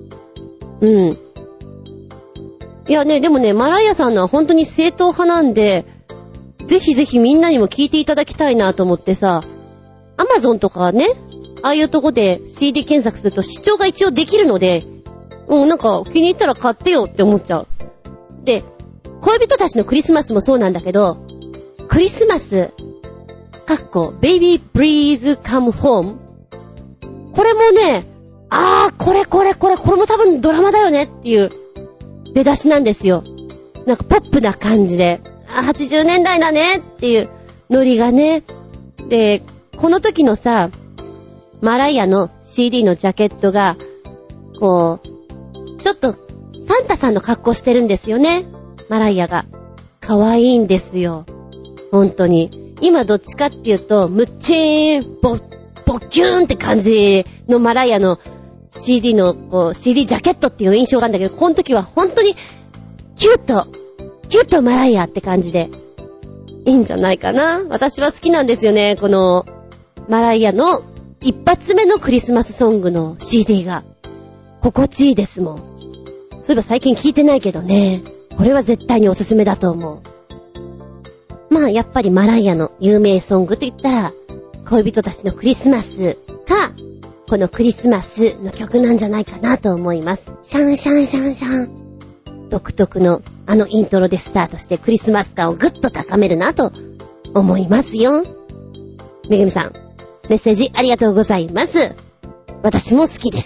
いやね、でもね、マライアさんのは本当に正統派なんで、ぜひぜひみんなにも聞いていただきたいなと思ってさ、アマゾンとかね、ああいうとこで CD 検索すると視聴が一応できるので、なんか気に入ったら買ってよって思っちゃう。で、恋人たちのクリスマスもそうなんだけど、クリスマスBaby Please Come Home、 これもね、これも多分ドラマだよねっていう出だしなんですよ。なんかポップな感じで、80年代だねっていうノリがね。で、この時のさ、マライアの CD のジャケットがこうちょっとサンタさんの格好してるんですよね。マライアが可愛いんですよ、本当に。今どっちかっていうとムッチーンボキューンって感じのマライアの CD のこう CD ジャケットっていう印象があるんだけど、この時は本当にキュートマライアって感じでいいんじゃないかな。私は好きなんですよね、このマライアの一発目のクリスマスソングの CD が心地いいですもん。そういえば最近聞いてないけどね、これは絶対におすすめだと思う。まあやっぱりマライアの有名ソングと言ったら恋人たちのクリスマスか、このクリスマスの曲なんじゃないかなと思います。シャンシャンシャンシャン、独特のイントロでスタートしてクリスマス感をぐっと高めるなと思いますよ。めぐみさん、メッセージありがとうございます。私も好きです。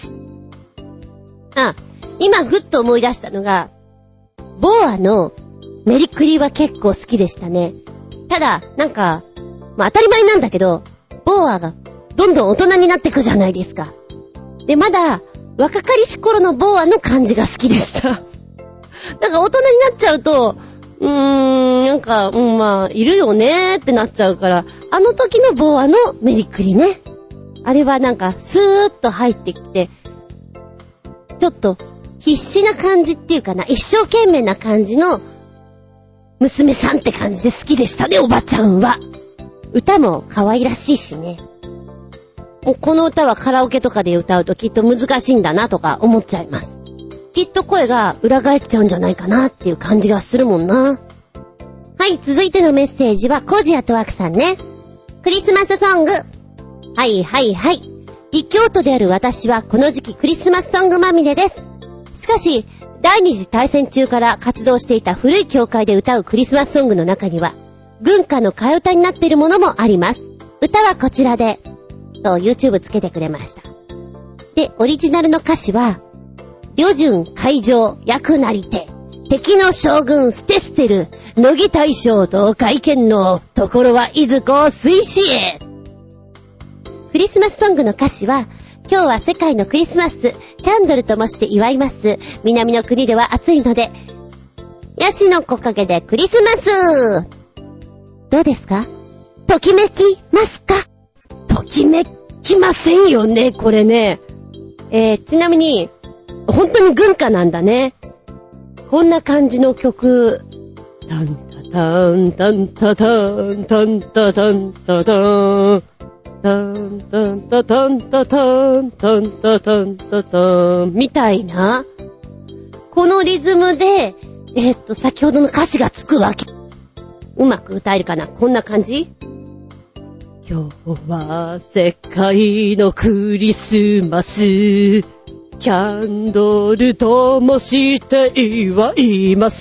今ふっと思い出したのが、ボアのメリクリは結構好きでしたね。ただなんか当たり前なんだけど、ボアがどんどん大人になってくじゃないですか。で、まだ若かりし頃のボーアの感じが好きでした。なんか大人になっちゃうと、なんか、まあ、いるよねーってなっちゃうから、あの時のボーアのメリクリね。あれはなんか、スーッと入ってきて、ちょっと必死な感じっていうかな、一生懸命な感じの娘さんって感じで好きでしたね、おばちゃんは。歌も可愛らしいしね。もうこの歌はカラオケとかで歌うときっと難しいんだなとか思っちゃいます。きっと声が裏返っちゃうんじゃないかなっていう感じがするもんな。はい、続いてのメッセージはコジアとワクさんね。クリスマスソング。はい。異教徒である私はこの時期クリスマスソングまみれです。しかし、第二次大戦中から活動していた古い教会で歌うクリスマスソングの中には、軍歌の替え歌になっているものもあります。歌はこちらで、と YouTube つけてくれました。で、オリジナルの歌詞は、旅順海上役なりて、敵の将軍ステッセル、乃木大将と会見のところはいずこ水死へ。クリスマスソングの歌詞は、今日は世界のクリスマス、キャンドルともして祝います。南の国では暑いので、ヤシの木陰でクリスマス。どうですか？ときめきますか？ときめきませんよね、これね。ちなみに、本当に軍歌なんだね。こんな感じの曲。タンタタンタンタタンタンタタンタタンタンタンタタンタタンタンタタンタタンみたいな。このリズムで、先ほどの歌詞がつくわけ。うまく歌えるかな？こんな感じ？今日は世界のクリスマス、キャンドルともして祝います。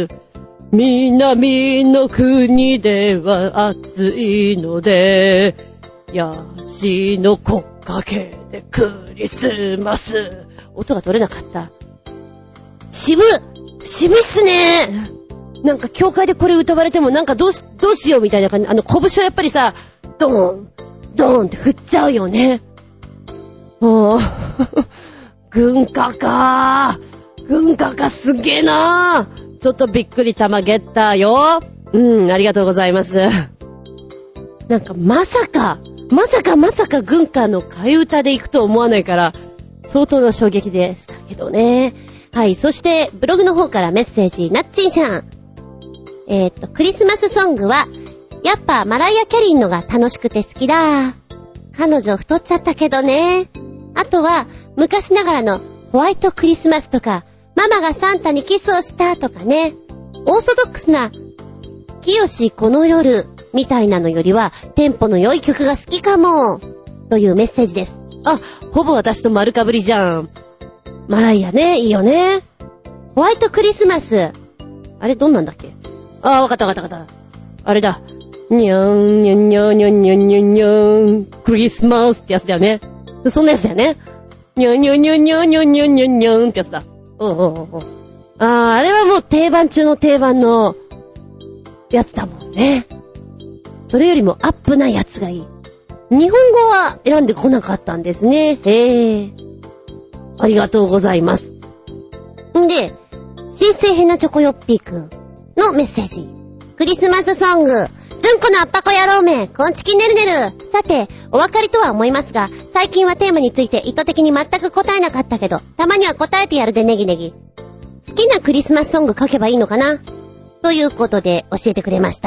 南の国では暑いので、ヤシの木陰でクリスマス。音が取れなかった。渋いっすね。なんか教会でこれ歌われてもなんかどうしようみたいな感じ。拳をやっぱりさ、ドーンって振っちゃうよね。もう軍歌かすげえなー。ちょっとびっくり玉ゲッターよ。ありがとうございます。なんかまさか軍歌の替え歌で行くと思わないから相当な衝撃でしたけどね。はい、そしてブログの方からメッセージ、なっちんしゃん。クリスマスソングはやっぱマライア・キャリーのが楽しくて好きだ。彼女太っちゃったけどね。あとは昔ながらのホワイトクリスマスとか、ママがサンタにキスをしたとかね。オーソドックスな清この夜みたいなのよりはテンポの良い曲が好きかもというメッセージです。あ、ほぼ私と丸かぶりじゃん。マライアね、いいよね。ホワイトクリスマス、あれどんなんだっけ？わかった。あれだ。にゃんにゃんにゃんにゃんにゃんにゃんにゃんクリスマスってやつだよね。そんなやつだよね。にゃんにゃんにゃんにゃんにゃんにゃんにゃんにゃんってやつだ。あれはもう定番中の定番のやつだもんね。それよりもアップなやつがいい。日本語は選んでこなかったんですね。ありがとうございます。んで、新生ヘナチョコヨッピーくんのメッセージ。クリスマスソング、ずんこのあっぱこ野郎め、こんちきねるねる。さて、お分かりとは思いますが、最近はテーマについて意図的に全く答えなかったけど、たまには答えてやるでネギネギ。好きなクリスマスソング書けばいいのかなということで教えてくれました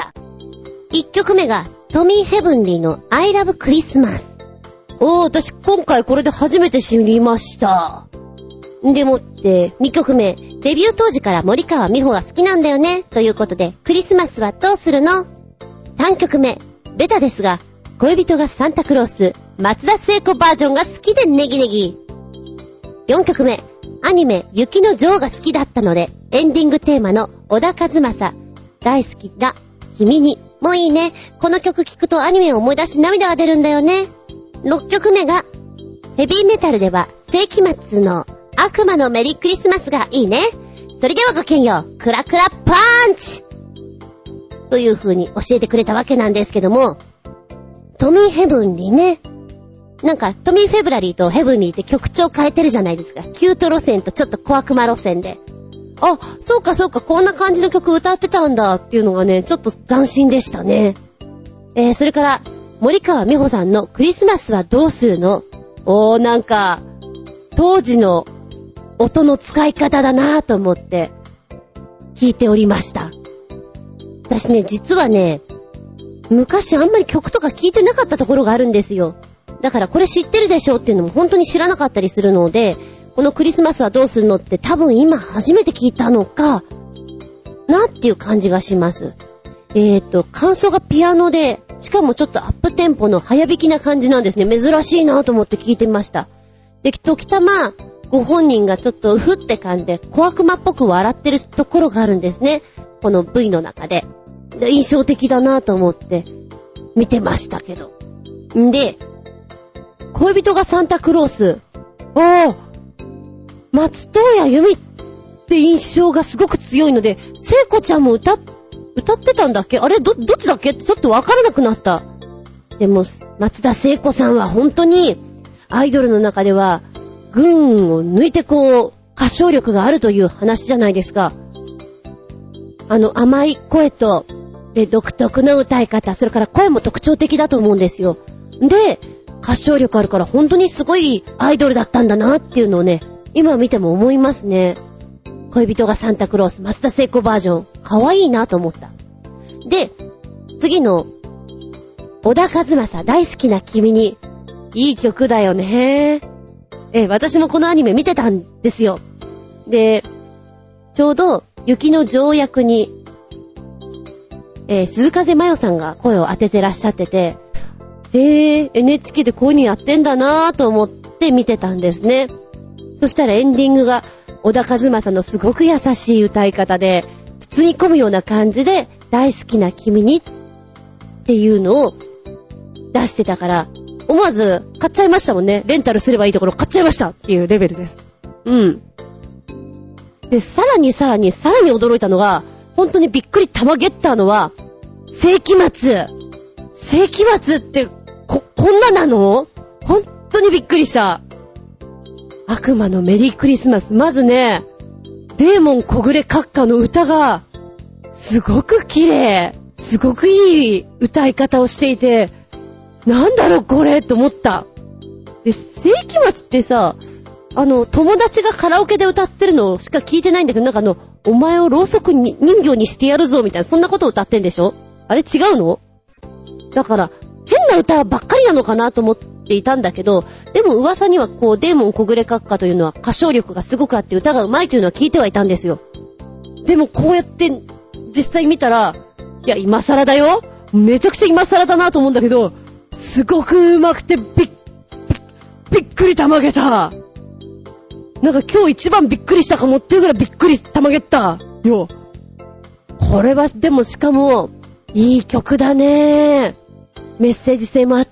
。1曲目がトミー・ヘブンリーの I Love Christmas。私今回これで初めて知りました。でもって2曲目、デビュー当時から森川美穂が好きなんだよねということで、クリスマスはどうするの？3曲目、ベタですが恋人がサンタクロース、松田聖子バージョンが好きでネギネギ。4曲目、アニメ雪の女王が好きだったので、エンディングテーマの小田和正大好きな君にもういいね。この曲聴くとアニメを思い出して涙が出るんだよね。6曲目がヘビーメタルでは世紀末の悪魔のメリークリスマスがいいね。それではごきげんよう、クラクラパンチという風に教えてくれたわけなんですけども、トミー・ヘブンリーね、 なんかトミー・フェブラリーとヘブンリーって曲調変えてるじゃないですか。キュート路線とちょっと小悪魔路線で。あ、そうかそうか、こんな感じの曲歌ってたんだっていうのがね、ちょっと斬新でしたね。それから森川美穂さんのクリスマスはどうするの？なんか当時の音の使い方だなぁと思って聞いておりました。私ね、実はね、昔あんまり曲とか聞いてなかったところがあるんですよ。だからこれ知ってるでしょっていうのも本当に知らなかったりするので、このクリスマスはどうするのって多分今初めて聞いたのかなっていう感じがします。感想がピアノで、しかもちょっとアップテンポの早弾きな感じなんですね。珍しいなと思って聞いてみました。で、時たまご本人がちょっとうふって感じで小悪魔っぽく笑ってるところがあるんですね。この V の中で。印象的だなと思って見てましたけど。んで、恋人がサンタクロース。松任谷由実って印象がすごく強いので、聖子ちゃんも歌ってたんだっけ？あれどっちだっけってちょっとわからなくなった。でも松田聖子さんは本当にアイドルの中では群を抜いてこう歌唱力があるという話じゃないですか。甘い声とで独特な歌い方、それから声も特徴的だと思うんですよ。で、歌唱力あるから本当にすごいアイドルだったんだなっていうのをね、今見ても思いますね。恋人がサンタクロース、松田聖子バージョン、可愛いなと思った。で、次の小田和正、大好きな君に、いい曲だよね。私もこのアニメ見てたんですよ。で、ちょうど雪の条約に、鈴風真世さんが声を当ててらっしゃってて、NHK でこういうのやってんだなぁと思って見てたんですね。そしたらエンディングが小田和正のすごく優しい歌い方で、包み込むような感じで、大好きな君にっていうのを出してたから、思わず買っちゃいましたもんね。レンタルすればいいところ買っちゃいましたっていうレベルです。で、さらに驚いたのが、本当にびっくりたまげったのは、世紀末ってこんななの？本当にびっくりした。悪魔のメリークリスマス。まずね、デーモン小暮閣下の歌がすごく綺麗、すごくいい歌い方をしていて、なんだろうこれと思った。で、世紀末ってさ、友達がカラオケで歌ってるのしか聞いてないんだけど、なんかお前をろうそくに人形にしてやるぞみたいな、そんなことを歌ってんでしょ？あれ違うの？だから変な歌ばっかりなのかなと思っていたんだけど、でも噂にはこうデーモン小暮閣下というのは歌唱力がすごくあって歌が上手いというのは聞いてはいたんですよ。でもこうやって実際見たら、いや今更だよ、めちゃくちゃ今更だなと思うんだけど、すごく上手くてびっくりたまげた。なんか今日一番びっくりしたかもっていうぐらいびっくりたまげったよ。これはでもしかもいい曲だね。メッセージ性もあって、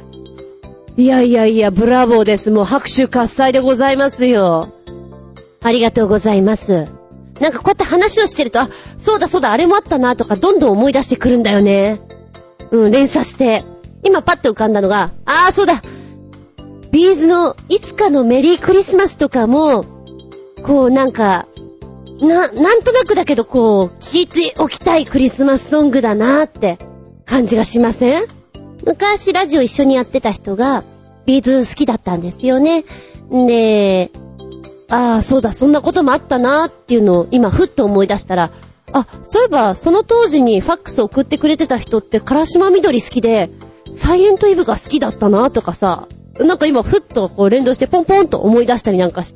いやブラボーです。もう拍手喝采でございますよ。ありがとうございます。なんかこうやって話をしてると、あ、そうだあれもあったなとかどんどん思い出してくるんだよね。連鎖して今パッと浮かんだのが、そうだ、ビーズのいつかのメリークリスマスとかもこうなんかなんとなくだけどこう聴いておきたいクリスマスソングだなって感じがしません？昔ラジオ一緒にやってた人がビーズ好きだったんですよね。で、そうだ、そんなこともあったなっていうのを今ふっと思い出したら、そういえばその当時にファックス送ってくれてた人って唐島みどり好きでサイレントイブが好きだったなとかさ、なんか今ふっとこう連動してポンポンと思い出したりなんかして、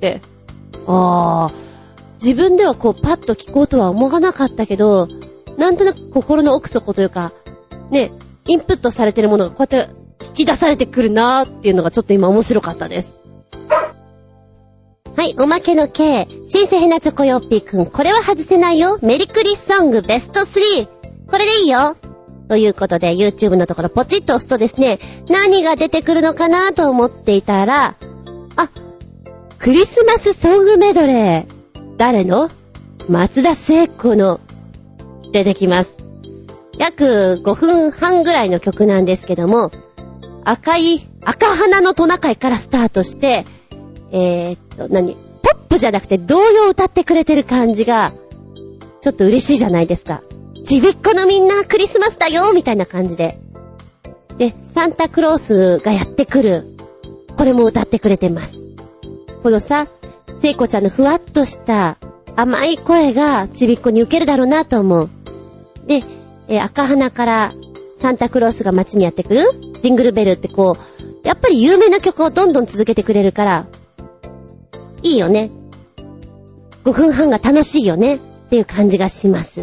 自分ではこうパッと聞こうとは思わなかったけど、なんとなく心の奥底というかね、インプットされてるものがこうやって引き出されてくるなーっていうのがちょっと今面白かったです。はい、おまけの K、新生ヘナチョコヨッピーくん、これは外せないよ。メリクリソングベスト3、これでいいよ。ということで YouTube のところポチッと押すとですね、何が出てくるのかなと思っていたら、クリスマスソングメドレー、誰の？松田聖子の出てきます。約5分半ぐらいの曲なんですけども、赤い赤花のトナカイからスタートして、ポップじゃなくて童謡を歌ってくれてる感じが、ちょっと嬉しいじゃないですか。ちびっこのみんなクリスマスだよみたいな感じで。で、サンタクロースがやってくる。これも歌ってくれてます。このさ、聖子ちゃんのふわっとした甘い声がちびっこに受けるだろうなと思う。で、赤花からサンタクロースが街にやってくるジングルベルってこう、やっぱり有名な曲をどんどん続けてくれるから、いいよね。5分半が楽しいよねっていう感じがします。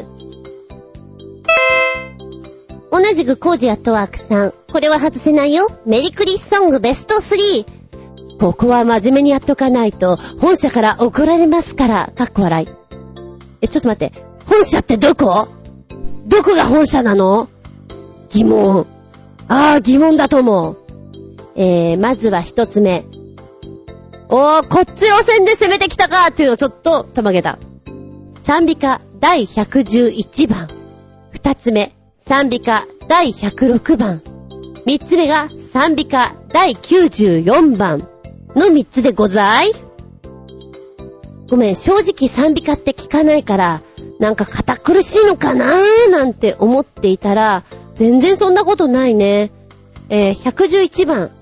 同じくコージアットワークさん。これは外せないよ。メリクリソングベスト3。ここは真面目にやっとかないと本社から怒られますから。かっこ笑い。ちょっと待って。本社ってどこ？どこが本社なの？疑問。疑問だと思う。まずは一つ目。こっち路線で攻めてきたかっていうのをちょっとたまげた。賛美歌第111番。二つ目。賛美歌第106番。三つ目が賛美歌第94番の三つでござい。ごめん、正直賛美歌って聞かないから、なんか堅苦しいのかなーなんて思っていたら、全然そんなことないね。111番。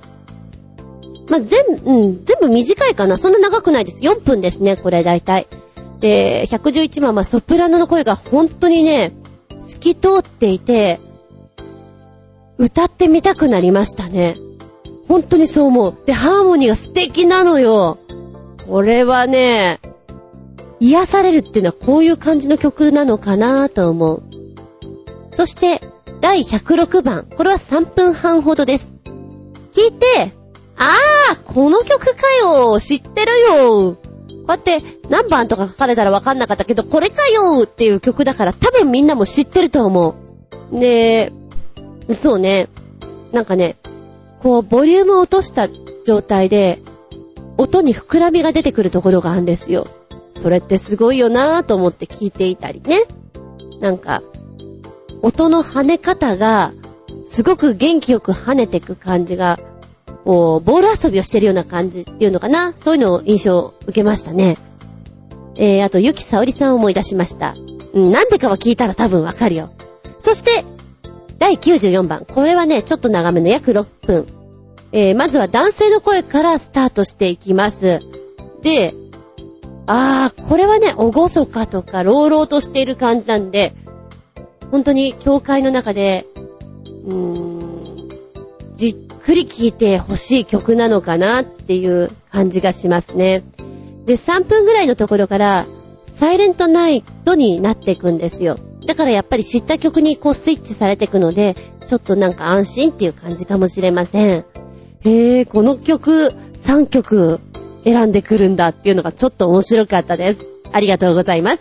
全部短いかな。そんな長くないです。4分ですね、これ大体。で、111番はソプラノの声が本当にね、透き通っていて、歌ってみたくなりましたね。本当にそう思う。で、ハーモニーが素敵なのよ。これはね、癒されるっていうのはこういう感じの曲なのかなと思う。そして、第106番。これは3分半ほどです。聞いて、この曲かよ、知ってるよ。こうやって何番とか書かれたら分かんなかったけど、これかよっていう曲だから多分みんなも知ってると思う。で、そうね。なんかね、こうボリュームを落とした状態で音に膨らみが出てくるところがあるんですよ。それってすごいよなぁと思って聞いていたりね。なんか音の跳ね方がすごく元気よく跳ねてく感じが、ボール遊びをしてるような感じっていうのかな。そういうのを印象を受けましたね。あとゆきさおりさんを思い出しました。なんでかは聞いたら多分わかるよ。そして第94番。これはね、ちょっと長めの約6分。まずは男性の声からスタートしていきます。で、これはね、厳かとか朗々としている感じなんで、本当に教会の中で、じっくり聴いてほしい曲なのかなっていう感じがしますね。で、3分ぐらいのところから、サイレントナイトになっていくんですよ。だからやっぱり知った曲にこうスイッチされていくので、ちょっとなんか安心っていう感じかもしれません。この曲3曲選んでくるんだっていうのがちょっと面白かったです。ありがとうございます。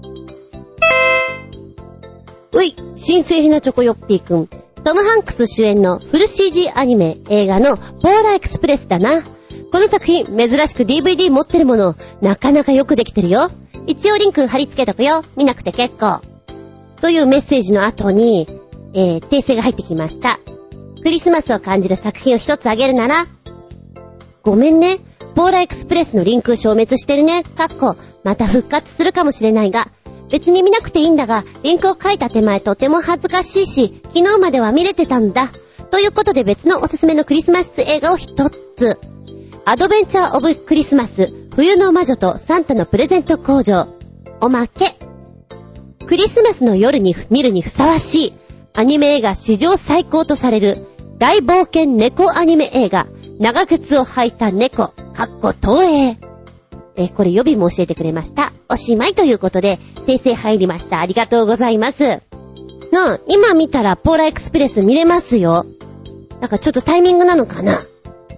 新生ひなチョコヨッピーくん。トム・ハンクス主演のフル CG アニメ映画のポーラーエクスプレスだな。この作品珍しく DVD 持ってるもの、なかなかよくできてるよ。一応リンク貼り付けとくよ。見なくて結構。というメッセージの後に、訂正が入ってきました。クリスマスを感じる作品を一つあげるなら、ごめんね。ポーラーエクスプレスのリンク消滅してるね。また復活するかもしれないが、別に見なくていいんだが、リンクを書いた手前とても恥ずかしいし、昨日までは見れてたんだ。ということで別のおすすめのクリスマス映画を一つ。アドベンチャーオブクリスマス、冬の魔女とサンタのプレゼント工場。おまけ。クリスマスの夜に見るにふさわしい、アニメ映画史上最高とされる、大冒険猫アニメ映画、長靴を履いた猫、東映。これ予備も教えてくれました。おしまいということで、訂正入りました。ありがとうございます。今見たらポーラーエクスプレス見れますよ。なんかちょっとタイミングなのかな。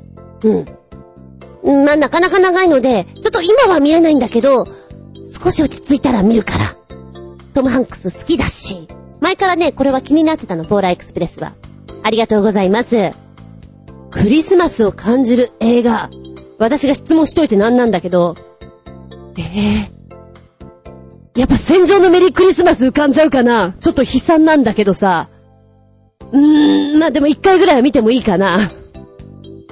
なかなか長いので、ちょっと今は見れないんだけど、少し落ち着いたら見るから。トム・ハンクス好きだし。前からね、これは気になってたの、ポーラーエクスプレスは。ありがとうございます。クリスマスを感じる映画。私が質問しといてなんなんだけど、やっぱ戦場のメリークリスマス浮かんじゃうかな。ちょっと悲惨なんだけどさ。でも一回ぐらいは見てもいいかな。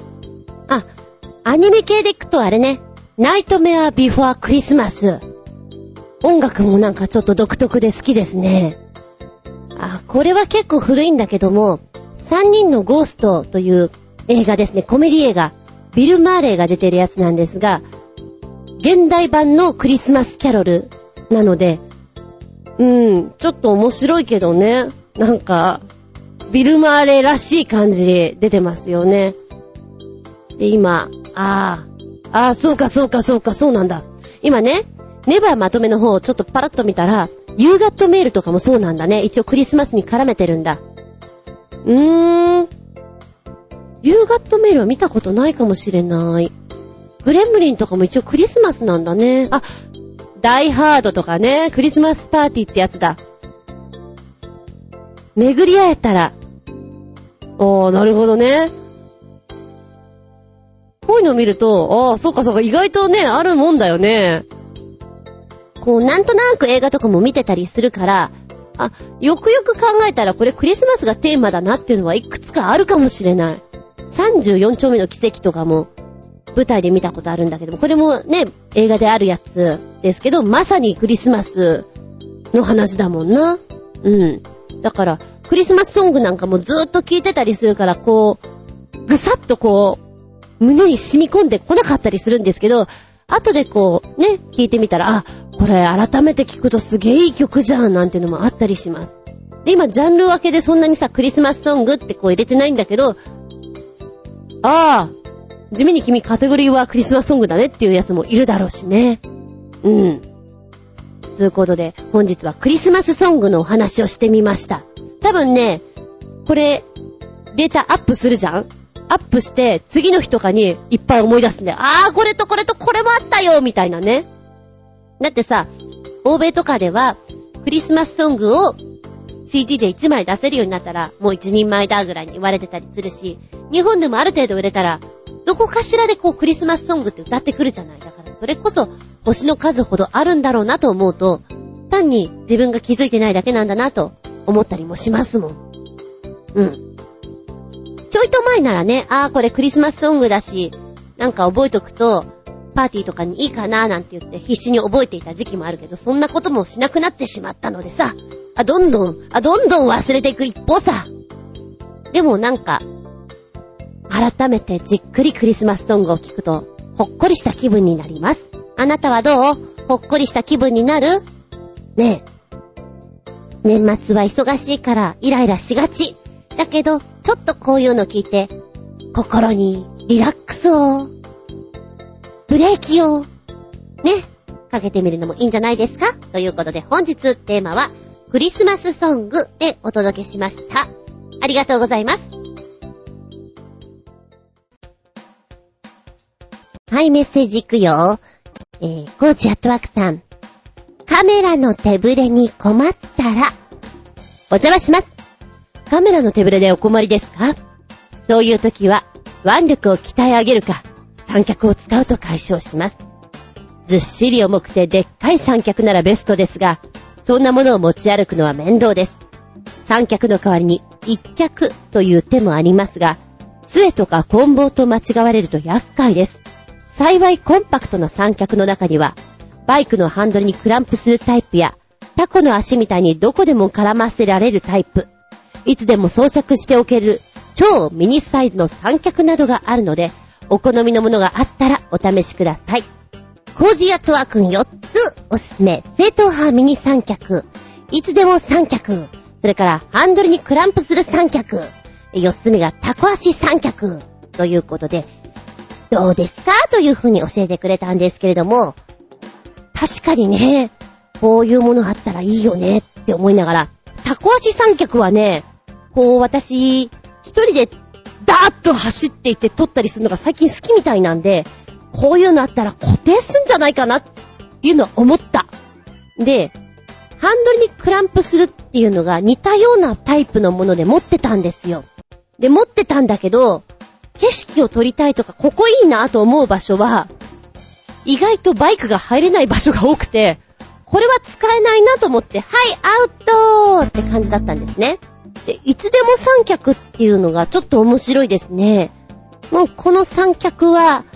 アニメ系でいくとあれね、ナイトメアビフォークリスマス。音楽もなんかちょっと独特で好きですね。これは結構古いんだけども、3人のゴーストという映画ですね、コメディ映画。ビル・マーレーが出てるやつなんですが、現代版のクリスマスキャロルなので、ちょっと面白いけどね、なんか、ビル・マーレーらしい感じ出てますよね。で、今、そうなんだ。今ね、ネバーまとめの方をちょっとパラッと見たら、ユーガットメールとかもそうなんだね。一応クリスマスに絡めてるんだ。ユーガットメールは見たことないかもしれない。グレムリンとかも一応クリスマスなんだね。ダイハードとかね、クリスマスパーティーってやつだ。巡り会えたら。なるほどね。こういうのを見ると、そうか、意外とね、あるもんだよね。なんとなく映画とかも見てたりするから、よくよく考えたらこれクリスマスがテーマだなっていうのはいくつかあるかもしれない。34丁目の奇跡とかも舞台で見たことあるんだけども、これもね、映画であるやつですけど、まさにクリスマスの話だもんな。だから、クリスマスソングなんかもずーっと聴いてたりするから、ぐさっと胸に染み込んでこなかったりするんですけど、後で聴いてみたら、これ改めて聴くとすげえいい曲じゃんなんていうのもあったりします。で、今ジャンル分けでそんなにクリスマスソングって入れてないんだけど、地味に君カテゴリーはクリスマスソングだねっていうやつもいるだろうしね。ということで、本日はクリスマスソングのお話をしてみました。多分ね、これ、データアップするじゃん？アップして、次の日とかにいっぱい思い出すんで、これとこれとこれもあったよみたいなね。だってさ、欧米とかでは、クリスマスソングを CD で1枚出せるようになったら、もう一人前だぐらいに言われてたりするし、日本でもある程度売れたら、どこかしらでクリスマスソングって歌ってくるじゃない。だからそれこそ星の数ほどあるんだろうなと思うと、単に自分が気づいてないだけなんだなと思ったりもしますもん。ちょいと前ならね、これクリスマスソングだし、なんか覚えとくとパーティーとかにいいかななんて言って必死に覚えていた時期もあるけど、そんなこともしなくなってしまったのでさ、どんどん忘れていく一方さ。でもなんか改めてじっくりクリスマスソングを聴くとほっこりした気分になります。あなたはどう？ほっこりした気分になる？ねえ。年末は忙しいからイライラしがち。だけど、ちょっとこういうの聞いて、心にリラックスを、ブレーキを、ね、かけてみるのもいいんじゃないですか？ということで本日テーマはクリスマスソングでお届けしました。ありがとうございます。はい、メッセージいくよ。コーチアットワークさん。カメラの手ぶれに困ったら、お邪魔します。カメラの手ぶれでお困りですか？そういう時は腕力を鍛え上げるか三脚を使うと解消します。ずっしり重くてでっかい三脚ならベストですが、そんなものを持ち歩くのは面倒です。三脚の代わりに一脚という手もありますが、杖とか棍棒と間違われると厄介です。幸いコンパクトな三脚の中にはバイクのハンドルにクランプするタイプやタコの足みたいにどこでも絡ませられるタイプ、いつでも装着しておける超ミニサイズの三脚などがあるので、お好みのものがあったらお試しください。コージーアットワーク4つおすすめ。正統派ミニ三脚、いつでも三脚、それからハンドルにクランプする三脚、4つ目がタコ足三脚ということで、どうですかというふうに教えてくれたんですけれども、確かにね、こういうものあったらいいよねって思いながら、タコ足三脚はね、私一人でダーッと走っていって撮ったりするのが最近好きみたいなんで、こういうのあったら固定すんじゃないかなっていうのは思った。で、ハンドルにクランプするっていうのが似たようなタイプのもので持ってたんですよ。で、持ってたんだけど、景色を撮りたいとかここいいなと思う場所は意外とバイクが入れない場所が多くて、これは使えないなと思って、はいアウトって感じだったんですね。で、いつでも三脚っていうのがちょっと面白いですね。もうこの三脚は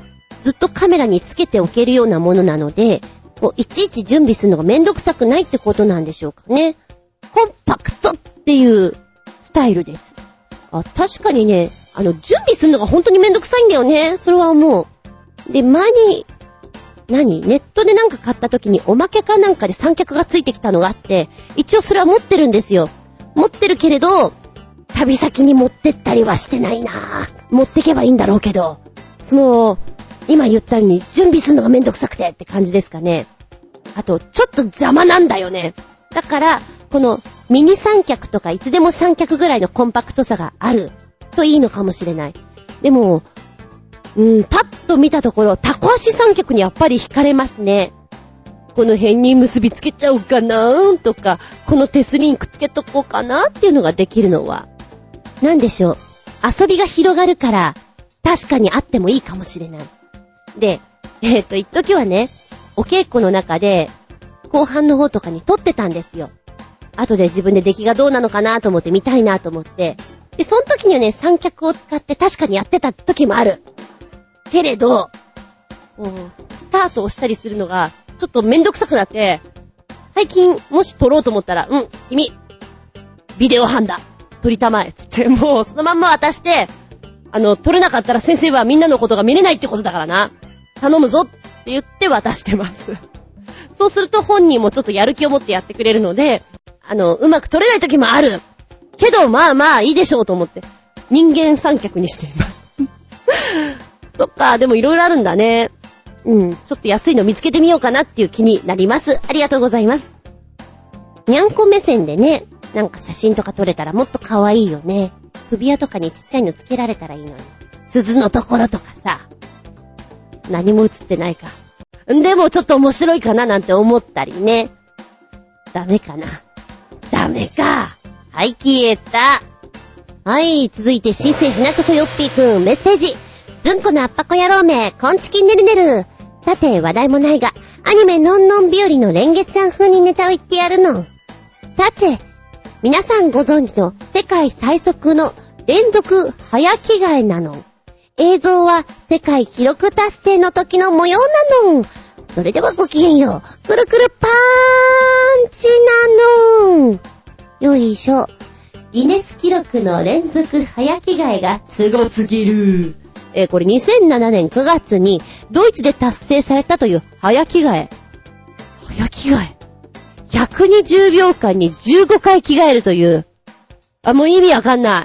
ずっとカメラにつけておけるようなものなので、もういちいち準備するのがめんどくさくないってことなんでしょうかね。コンパクトっていうスタイルです。確かにね、準備するのが本当にめんどくさいんだよね。それは思う。で、前に、ネットでなんか買った時におまけかなんかで三脚がついてきたのがあって、一応それは持ってるんですよ。持ってるけれど、旅先に持ってったりはしてないなぁ。持ってけばいいんだろうけど、今言ったように準備するのがめんどくさくてって感じですかね。あと、ちょっと邪魔なんだよね。だから、このミニ三脚とかいつでも三脚ぐらいのコンパクトさがあるといいのかもしれない。でも、パッと見たところ、タコ足三脚にやっぱり惹かれますね。この辺に結びつけちゃおうかなとか、この手すりにくっつけとこうかなっていうのができるのは、なんでしょう。遊びが広がるから、確かにあってもいいかもしれない。で、一時はね、お稽古の中で、後半の方とかに撮ってたんですよ。後で自分で出来がどうなのかなと思って見たいなと思って。で、その時にはね、三脚を使って確かにやってた時もある。けれど、スタートをしたりするのが、ちょっとめんどくさくなって、最近もし撮ろうと思ったら、君、ビデオ班だ。撮りたまえ。つって、もうそのまんま渡して、撮れなかったら先生はみんなのことが見れないってことだからな。頼むぞって言って渡してます。そうすると本人もちょっとやる気を持ってやってくれるので、うまく撮れない時もある。けど、まあいいでしょうと思って、人間三脚にしています。そっか、でもいろいろあるんだね。ちょっと安いの見つけてみようかなっていう気になります。ありがとうございます。にゃんこ目線でね、なんか写真とか撮れたらもっと可愛いよね。首輪とかにちっちゃいのつけられたらいいのに。鈴のところとかさ。何も映ってないか。でもちょっと面白いかななんて思ったりね。ダメかな。ダメか。はい、消えた。はい、続いて新生ひなちょこよっぴーくんメッセージ。ずんこのあっぱこ野郎め、こんちきねるねる。さて、話題もないが、アニメのんのん日和のレンゲちゃん風にネタを言ってやるの。さて、皆さんご存知の世界最速の連続早着替えなの。映像は世界記録達成の時の模様なの。それではごきげんよう。くるくるパーンチなの。よいしょ。ギネス記録の連続早着替えがすごすぎる。これ2007年9月にドイツで達成されたという早着替え。早着替え。120秒間に15回着替えるという。もう意味わかんない。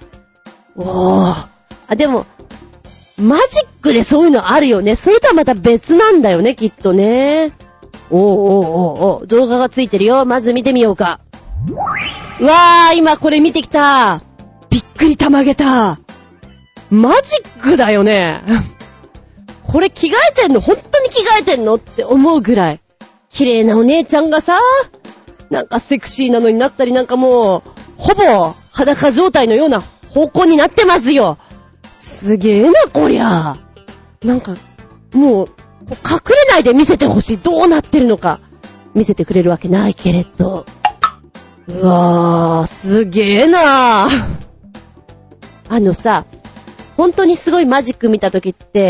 でも、マジックでそういうのあるよね。それとはまた別なんだよね、きっとね。動画がついてるよ。まず見てみようか。わー、今これ見てきた。びっくりたまげた。マジックだよね。これ着替えてんの？本当に着替えてんの？って思うぐらい。綺麗なお姉ちゃんがさ、なんかセクシーなのになったり、なんかもう、ほぼ裸状態のような方向になってますよ。すげえな、こりゃ。なんか、もう、隠れないで見せてほしい。どうなってるのか。見せてくれるわけないけれど。うわー、すげえな。さ、本当にすごいマジック見たときって、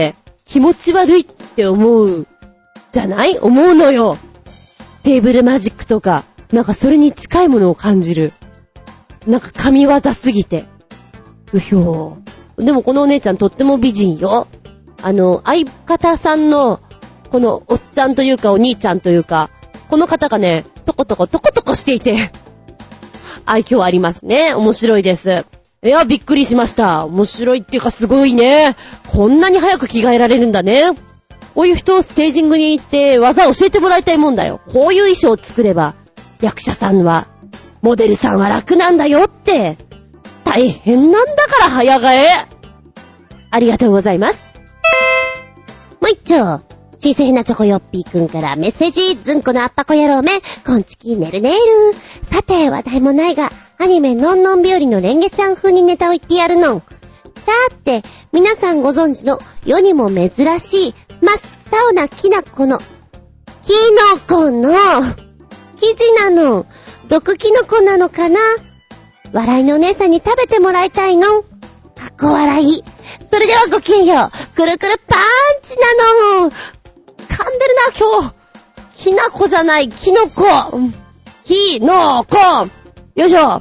気持ち悪いって思う、じゃない？思うのよ。テーブルマジックとか、なんかそれに近いものを感じる。なんか神業すぎて。うひょー。でもこのお姉ちゃんとっても美人よ。相方さんの、このおっちゃんというかお兄ちゃんというか、この方がね、トコトコしていて、愛嬌ありますね。面白いです。いや、びっくりしました。面白いっていうかすごいね。こんなに早く着替えられるんだね。こういう人をステージングに行って技を教えてもらいたいもんだよ。こういう衣装を作れば、役者さんは、モデルさんは楽なんだよって。大変なんだから早替え。ありがとうございます。もう一丁。新鮮なチョコヨッピーくんからメッセージ。ずんこのあっぱこ野郎め、こんちきねるねる。さて、話題もないが、アニメのんのん日和のレンゲちゃん風にネタを言ってやるの。さて、皆さんご存知の世にも珍しい真っ青なきな粉の、キノコの生地なの。毒キノコなのかな？笑いのお姉さんに食べてもらいたいの。かっこ笑い。それではごきげんよう。 くるくるパンチなの。噛んでるな、今日。きなこじゃない、きのこ。きのこ。よいしょ。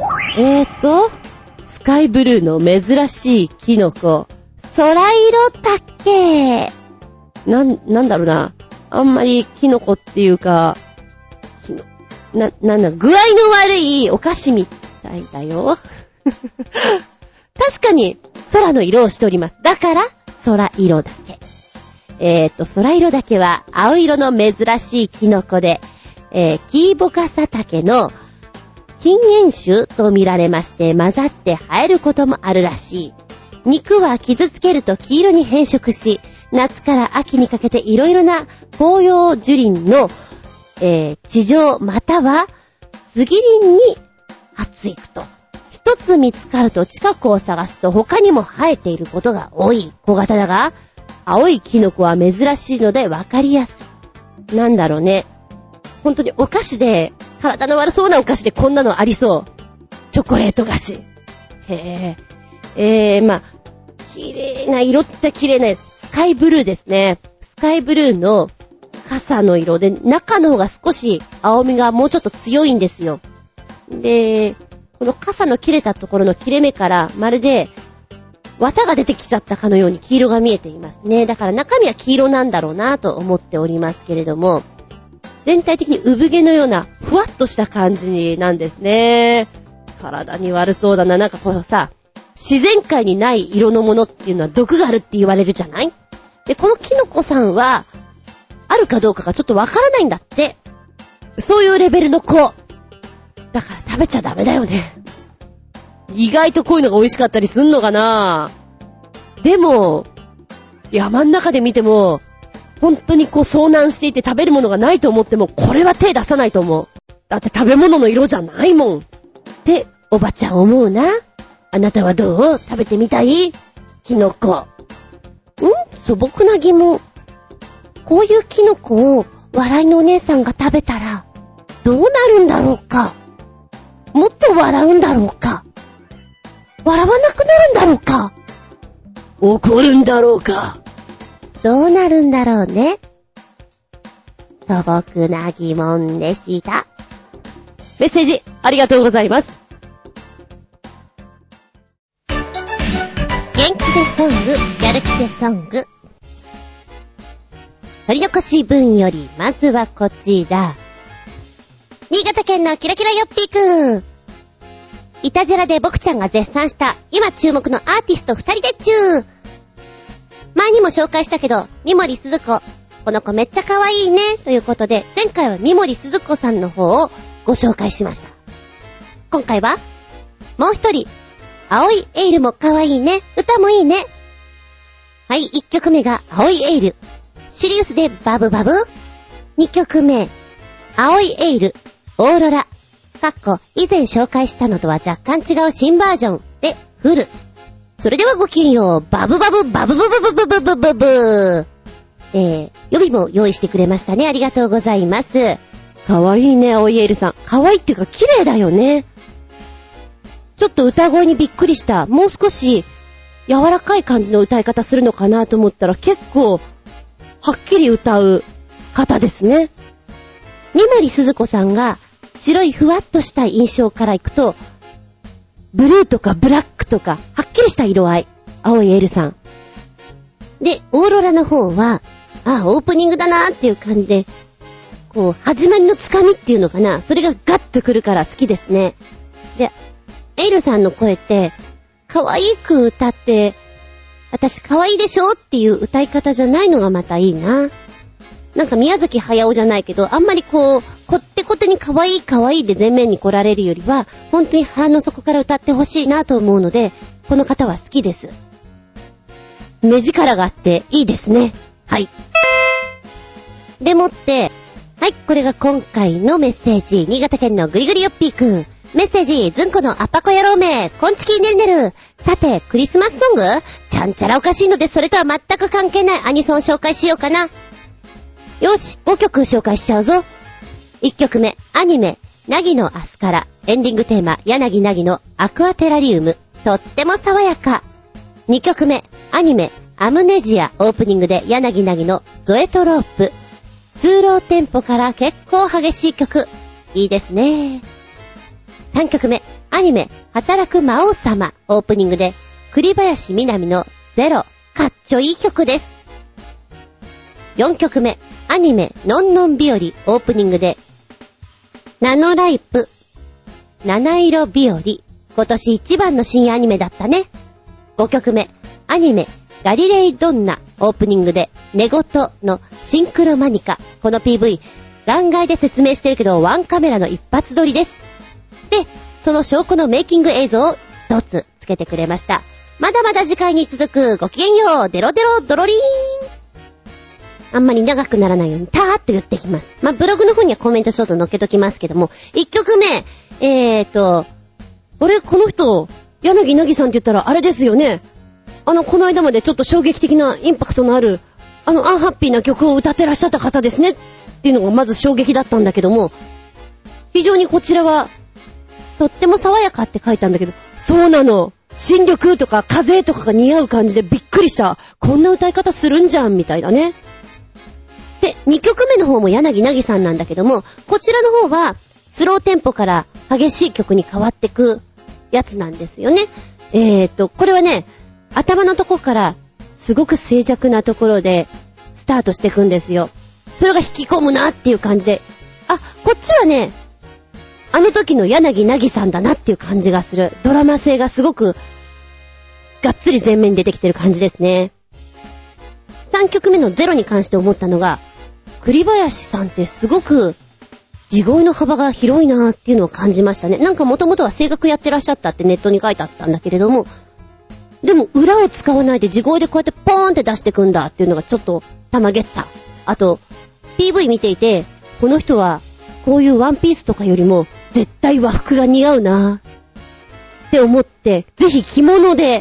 スカイブルーの珍しいキノコ。空色竹。なんだろうな。あんまりキノコっていうか、具合の悪いお菓子みたいだよ。確かに空の色をしております。だから、空色竹。空色竹は青色の珍しいキノコで、キイボカサタケの近縁種と見られまして、混ざって生えることもあるらしい。肉は傷つけると黄色に変色し、夏から秋にかけていろいろな紅葉樹林の、地上または杉林に発育と。一つ見つかると近くを探すと他にも生えていることが多い小型だが、青いキノコは珍しいので分かりやすい。なんだろうね。本当にお菓子で、体の悪そうなお菓子でこんなのありそう。チョコレート菓子。綺麗な色っちゃ綺麗なスカイブルーですね。スカイブルーの傘の色で、中の方が少し青みがもうちょっと強いんですよ。で、この傘の切れたところの切れ目からまるで綿が出てきちゃったかのように黄色が見えていますね。だから中身は黄色なんだろうなと思っておりますけれども、全体的に産毛のようなふわっとした感じなんですね。体に悪そうだな。なんかこのさ、自然界にない色のものっていうのは毒があるって言われるじゃない？で、このキノコさんはあるかどうかがちょっとわからないんだって。そういうレベルの子。だから食べちゃダメだよね。意外とこういうのが美味しかったりすんのかな。でも山の中で見ても本当にこう遭難していて食べるものがないと思っても、これは手出さないと思う。だって食べ物の色じゃないもんっておばちゃん思うな。あなたはどう？食べてみたい？キノコ。素朴な疑問。こういうキノコを笑いのお姉さんが食べたらどうなるんだろうか。もっと笑うんだろうか。笑わなくなるんだろうか。怒るんだろうか。どうなるんだろうね。素朴な疑問でした。メッセージありがとうございます。元気でソング、やる気でソング。取り残し分よりまずはこちら。新潟県のキラキラよっぴーくん。イタジェラで僕ちゃんが絶賛した今注目のアーティスト2人でちゅー。前にも紹介したけど、三森すず子、この子めっちゃ可愛いねということで、前回は三森すず子さんの方をご紹介しました。今回はもう一人、青いエイルも可愛いね、歌もいいね。はい、1曲目が青いエイル、シリウスでバブバブ。2曲目、青いエイル、オーロラ、以前紹介したのとは若干違う新バージョンでフル。それではごきげんよう。バブバブバブブブブブブブブブ。予備も用意してくれましたね。ありがとうございます。かわいいね、青いエールさん。かわいいっていうか綺麗だよね。ちょっと歌声にびっくりした。もう少し柔らかい感じの歌い方するのかなと思ったら結構はっきり歌う方ですね。三森すず子さんが白いふわっとした印象からいくと、ブルーとかブラックとかはっきりした色合い、青いエールさんで、オーロラの方はオープニングだなーっていう感じで、こう始まりのつかみっていうのかな、それがガッとくるから好きですね。で、エールさんの声って可愛く歌って、私可愛いでしょっていう歌い方じゃないのがまたいいな。なんか宮崎駿じゃないけど、あんまりこってこてに可愛い可愛いで前面に来られるよりは、本当に腹の底から歌ってほしいなと思うので、この方は好きです。目力があっていいですね。はい。でもって、はい、これが今回のメッセージ。新潟県のぐりぐりよっぴーくん。メッセージ、ずんこのあっぱこ野郎め、こんちきねるねる。さて、クリスマスソング？ちゃんちゃらおかしいので、それとは全く関係ないアニソン紹介しようかな。よし、5曲紹介しちゃうぞ。1曲目、アニメ、ナギのアスカラ。エンディングテーマ、柳ナギのアクアテラリウム。とっても爽やか。2曲目、アニメ、 アムネジアオープニングで柳凪のゾエトロープ。スーローテンポから結構激しい曲。いいですね。3曲目、アニメ働く魔王様オープニングで栗林みなみのゼロ。かっちょいい曲です。4曲目、アニメのんのん日和オープニングでナノライプ七色日和。今年一番の新アニメだったね。5曲目、アニメガリレイドンナオープニングで寝言のシンクロマニカ。この PV 欄外で説明してるけどワンカメラの一発撮りです。で、その証拠のメイキング映像を一つつけてくれました。まだまだ次回に続く。ごきげんよう。デロデロドロリーン。あんまり長くならないようにターッと言ってきます。ブログの方にはコメントショート載っけときますけども、1曲目、あれこの人柳凪さんって言ったらあれですよね。この間までちょっと衝撃的なインパクトのあるアンハッピーな曲を歌ってらっしゃった方ですねっていうのがまず衝撃だったんだけども、非常にこちらはとっても爽やかって書いたんだけど、そうなの。新緑とか風とかが似合う感じでびっくりした。こんな歌い方するんじゃんみたいなね。で、2曲目の方も柳凪さんなんだけども、こちらの方はスローテンポから激しい曲に変わってくやつなんですよね。これはね、頭のとこからすごく静寂なところでスタートしていくんですよ。それが引き込むなっていう感じで、こっちはね、あの時の柳凪さんだなっていう感じがする。ドラマ性がすごくがっつり前面に出てきてる感じですね。3曲目のゼロに関して思ったのが、栗林さんってすごく地声の幅が広いなっていうのを感じましたね。なんかもともとは声楽やってらっしゃったってネットに書いてあったんだけれども、でも裏を使わないで地声でこうやってポーンって出してくんだっていうのがちょっとたまげった。あと PV 見ていて、この人はこういうワンピースとかよりも絶対和服が似合うなって思って、ぜひ着物で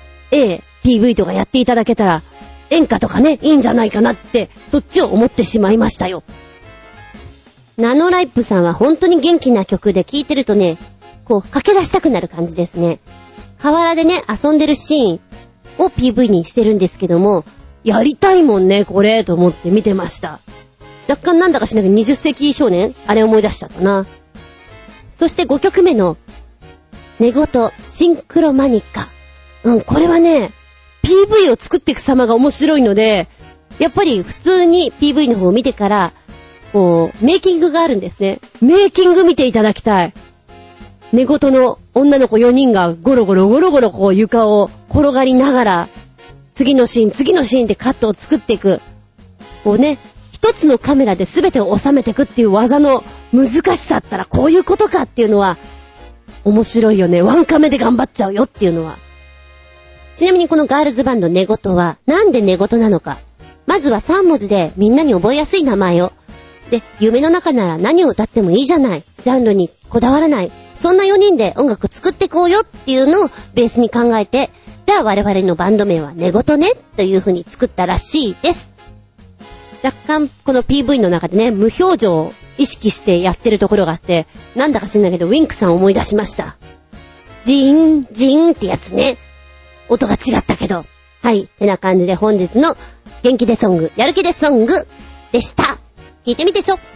PV とかやっていただけたら演歌とかね、いいんじゃないかなってそっちを思ってしまいましたよ。ナノライプさんは本当に元気な曲で聴いてるとね、こう駆け出したくなる感じですね。河原でね、遊んでるシーンを PV にしてるんですけども、やりたいもんねこれと思って見てました。若干なんだかしなきゃ20世紀少年あれ思い出しちゃったな。そして5曲目の寝言シンクロマニカ。これはね PV を作っていく様が面白いので、やっぱり普通に PV の方を見てからこうメイキングがあるんですね。メイキング見ていただきたい。寝言の女の子4人がゴロゴロゴロゴロこう床を転がりながら次のシーンってカットを作っていく。こうね、一つのカメラで全てを収めていくっていう技の難しさったらこういうことかっていうのは面白いよね。ワンカメで頑張っちゃうよっていうのは。ちなみにこのガールズバンド寝言はなんで寝言なのか。まずは3文字でみんなに覚えやすい名前を。で、夢の中なら何を歌ってもいいじゃない。ジャンルにこだわらない。そんな4人で音楽作ってこうよっていうのをベースに考えて、じゃあ我々のバンド名は寝言ねという風に作ったらしいです。若干この PV の中でね、無表情を意識してやってるところがあって、なんだか知んないけどウィンクさん思い出しました。ジーンジーンってやつね。音が違ったけど。はい、てな感じで本日の元気でソング、やる気でソングでした。聞いてみてちょ。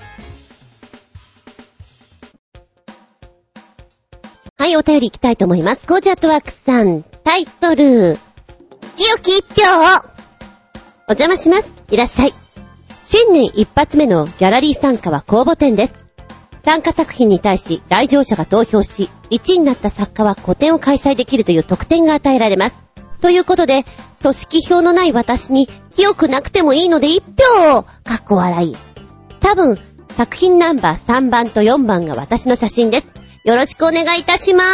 はい、お便り行きたいと思います。コージアットワークさん、タイトル、清き一票お邪魔します。いらっしゃい。新年一発目のギャラリー参加は公募展です。参加作品に対し来場者が投票し、1位になった作家は個展を開催できるという特典が与えられます。ということで、組織票のない私に清くなくてもいいので1票をかっこ笑い。多分、作品ナンバー3番と4番が私の写真です。よろしくお願いいたします。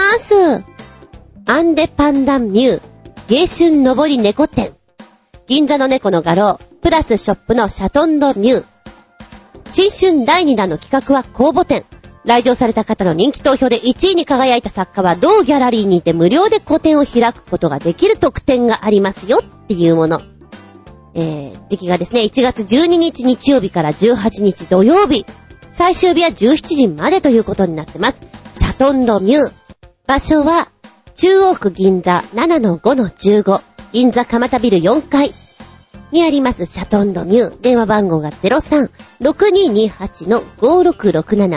アンデパンダンミュー、芸春のぼり猫展。銀座の猫の画廊、プラスショップのシャトンドミュー。新春第2弾の企画は公募展。来場された方の人気投票で1位に輝いた作家は同ギャラリーにて無料で個展を開くことができる特典がありますよっていうもの。時期がですね、1月12日日曜日から18日土曜日。最終日は17時までということになってます。シャトンドミュー。場所は中央区銀座 7-5-15。 銀座蒲田ビル4階にありますシャトンドミュー。電話番号が 03-6228-5667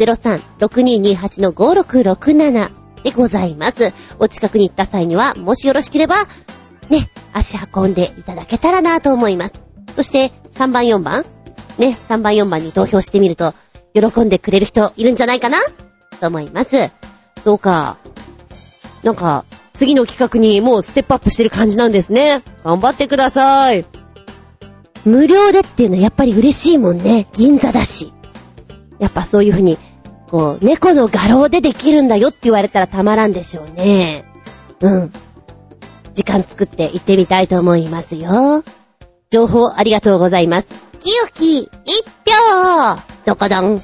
03-6228-5667 でございます。お近くに行った際には、もしよろしければね、足運んでいただけたらなと思います。そして3番4番ね、3番4番に投票してみると喜んでくれる人いるんじゃないかなと思います。そうか。なんか次の企画にもうステップアップしてる感じなんですね。頑張ってください。無料でっていうのはやっぱり嬉しいもんね。銀座だし。やっぱそういう風にこう猫の画廊でできるんだよって言われたらたまらんでしょうね。時間作って行ってみたいと思いますよ。情報ありがとうございます。きよき一票どこどん。もう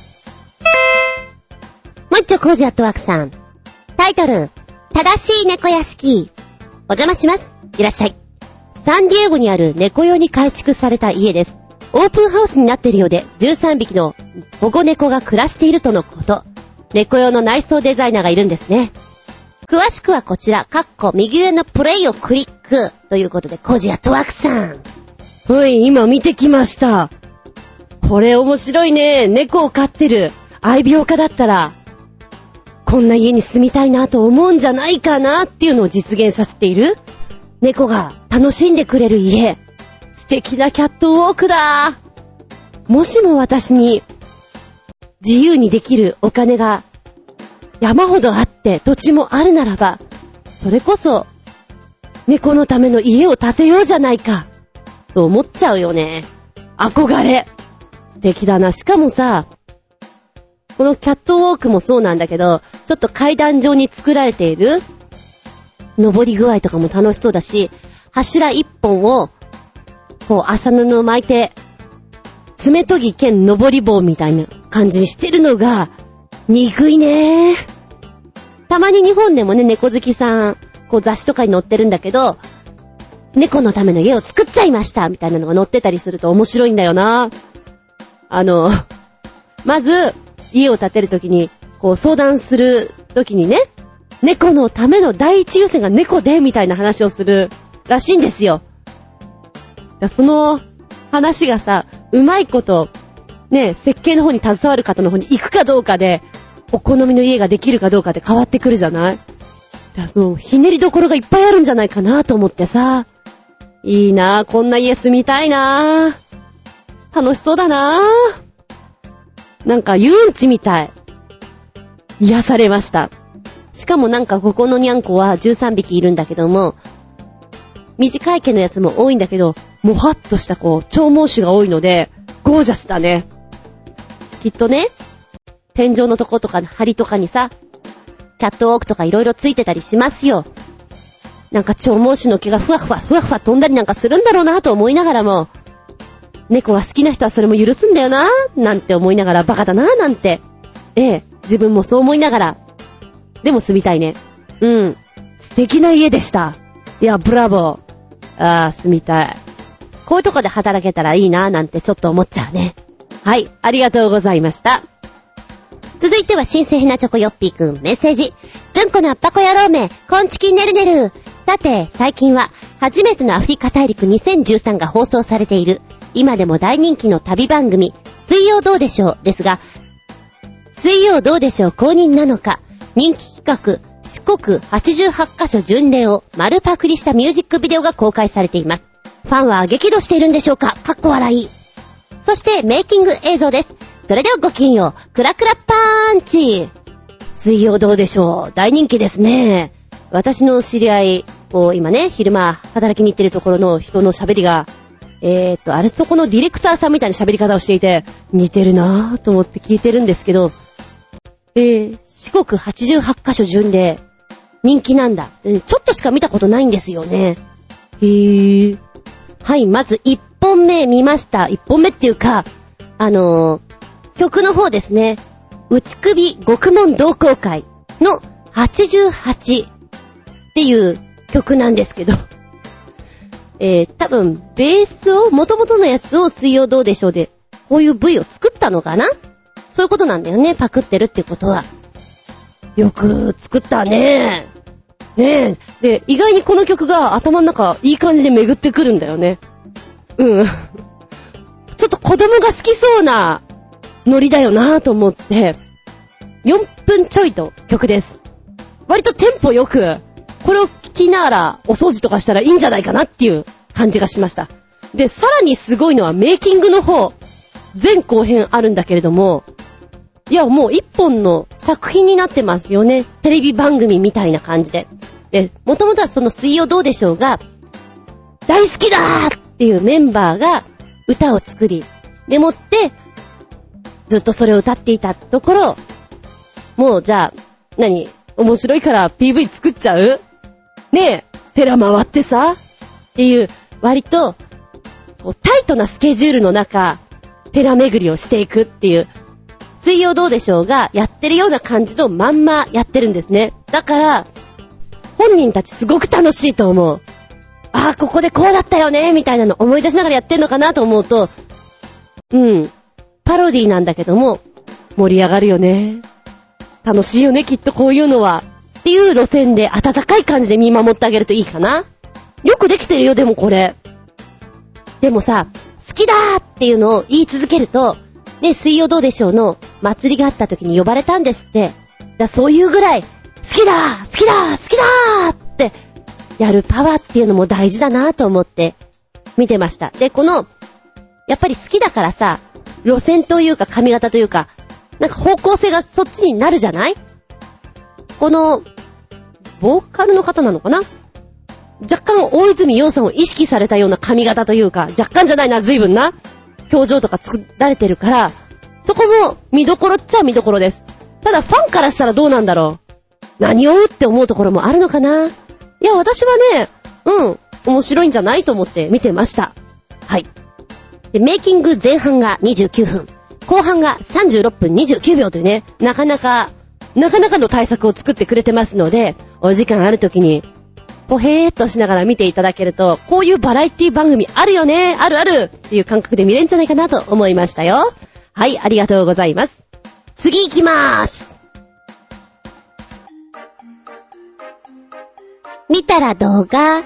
一丁コージアットワークさん。タイトル、正しい猫屋敷。お邪魔します。いらっしゃい。サンディエゴにある猫用に改築された家です。オープンハウスになっているようで、13匹の保護猫が暮らしているとのこと。猫用の内装デザイナーがいるんですね。詳しくはこちら、右上のプレイをクリックということで、コージアットワークさん。はい、今見てきました。これ面白いね。猫を飼ってる愛病家だったら、こんな家に住みたいなと思うんじゃないかなっていうのを実現させている。猫が楽しんでくれる家。素敵なキャットウォークだ。もしも私に自由にできるお金が山ほどあって土地もあるならば、それこそ猫のための家を建てようじゃないかと思っちゃうよね。憧れ。素敵だな。しかもさ、このキャットウォークもそうなんだけど、ちょっと階段状に作られている登り具合とかも楽しそうだし、柱一本をこう麻布を巻いて爪研ぎ兼登り棒みたいな感じにしてるのが憎いね。たまに日本でもね、猫好きさんこう雑誌とかに載ってるんだけど、猫のための家を作っちゃいましたみたいなのが載ってたりすると面白いんだよな。まず家を建てるときにこう相談するときにね、猫のための第一優先が猫でみたいな話をするらしいんですよ。その話がさ、うまいことね、設計の方に携わる方の方に行くかどうかで、お好みの家ができるかどうかで変わってくるじゃない。そのひねりどころがいっぱいあるんじゃないかなと思ってさ、いいなぁ、こんな家住みたいなぁ、楽しそうだなぁ。なんか遊園地みたい。癒されました。しかもなんかここのニャンコは13匹いるんだけども、短い毛のやつも多いんだけど、もはっとしたこう長毛種が多いのでゴージャスだね。きっとね、天井のとことか梁とかにさ、キャットウォークとかいろいろついてたりしますよ。なんか長毛種の毛がふわふわ飛んだりなんかするんだろうなと思いながらも、猫が好きな人はそれも許すんだよななんて思いながら、バカだななんて、自分もそう思いながら、でも住みたいね。素敵な家でした。いや、ブラボー。住みたい。こういうとこで働けたらいいななんてちょっと思っちゃうね。はい、ありがとうございました。続いては新鮮なチョコヨッピーくんメッセージ。ずんこのあっぱこ野郎め、こんちきねるねる。さて、最近は初めてのアフリカ大陸2013が放送されている、今でも大人気の旅番組、水曜どうでしょうですが、水曜どうでしょう公認なのか、人気企画、四国88カ所巡礼を丸パクリしたミュージックビデオが公開されています。ファンは激怒しているんでしょうか？かっこ笑い。そしてメイキング映像です。それではごきげんよう。クラクラパーンチ。水曜どうでしょう。大人気ですね。私の知り合い、今ね、昼間働きに行ってるところの人の喋りが、あれそこのディレクターさんみたいな喋り方をしていて、似てるなぁと思って聞いてるんですけど、四国88カ所巡礼、人気なんだ。ちょっとしか見たことないんですよね。はい、まず1本目見ました。1本目っていうか、曲の方ですね。内首獄門同好会の88っていう曲なんですけど、多分ベースを元々のやつを水曜どうでしょうでこういう V を作ったのかな。そういうことなんだよね。パクってるってことは。よく作ったね。 ねえ。で、意外にこの曲が頭の中いい感じで巡ってくるんだよね。うん。ちょっと子供が好きそうなノリだよなぁと思って、4分ちょいと曲です。割とテンポよく、これを聴きながらお掃除とかしたらいいんじゃないかなっていう感じがしました。で、さらにすごいのはメイキングの方、前後編あるんだけれども、いやもう一本の作品になってますよね。テレビ番組みたいな感じで。で、もともとはその水曜どうでしょうが、大好きだーっていうメンバーが歌を作り、でもって、ずっとそれを歌っていたところ、もうじゃあ、面白いから PV 作っちゃう？ねえ、寺回ってさっていう、割と、こうタイトなスケジュールの中、寺巡りをしていくっていう、水曜どうでしょうがやってるような感じのまんまやってるんですね。だから、本人たちすごく楽しいと思う。ああ、ここでこうだったよね、みたいなの思い出しながらやってんのかなと思うと、パロディなんだけども、盛り上がるよね。楽しいよね、きっとこういうのは。っていう路線で温かい感じで見守ってあげるといいかな。よくできてるよ、でもこれ。でもさ、好きだーっていうのを言い続けると、ね、水曜どうでしょうの祭りがあった時に呼ばれたんですって。そういうぐらい、好きだー好きだー好きだーってやるパワーっていうのも大事だなと思って見てました。で、やっぱり好きだからさ、路線というか髪型というか、なんか方向性がそっちになるじゃない？この、ボーカルの方なのかな？若干大泉洋さんを意識されたような髪型というか、若干じゃないな、随分な表情とか作られてるから、そこも見どころっちゃ見どころです。ただファンからしたらどうなんだろう。何をって思うところもあるのかな。いや、私はね、面白いんじゃないと思って見てました。はい。で、メイキング前半が29分、後半が36分29秒というね、なかなかの対策を作ってくれてますので、お時間あるときに、ポヘーっとしながら見ていただけると、こういうバラエティ番組あるよね、あるあるっていう感覚で見れるんじゃないかなと思いましたよ。はい、ありがとうございます。次行きまーす。見たら動画。はい、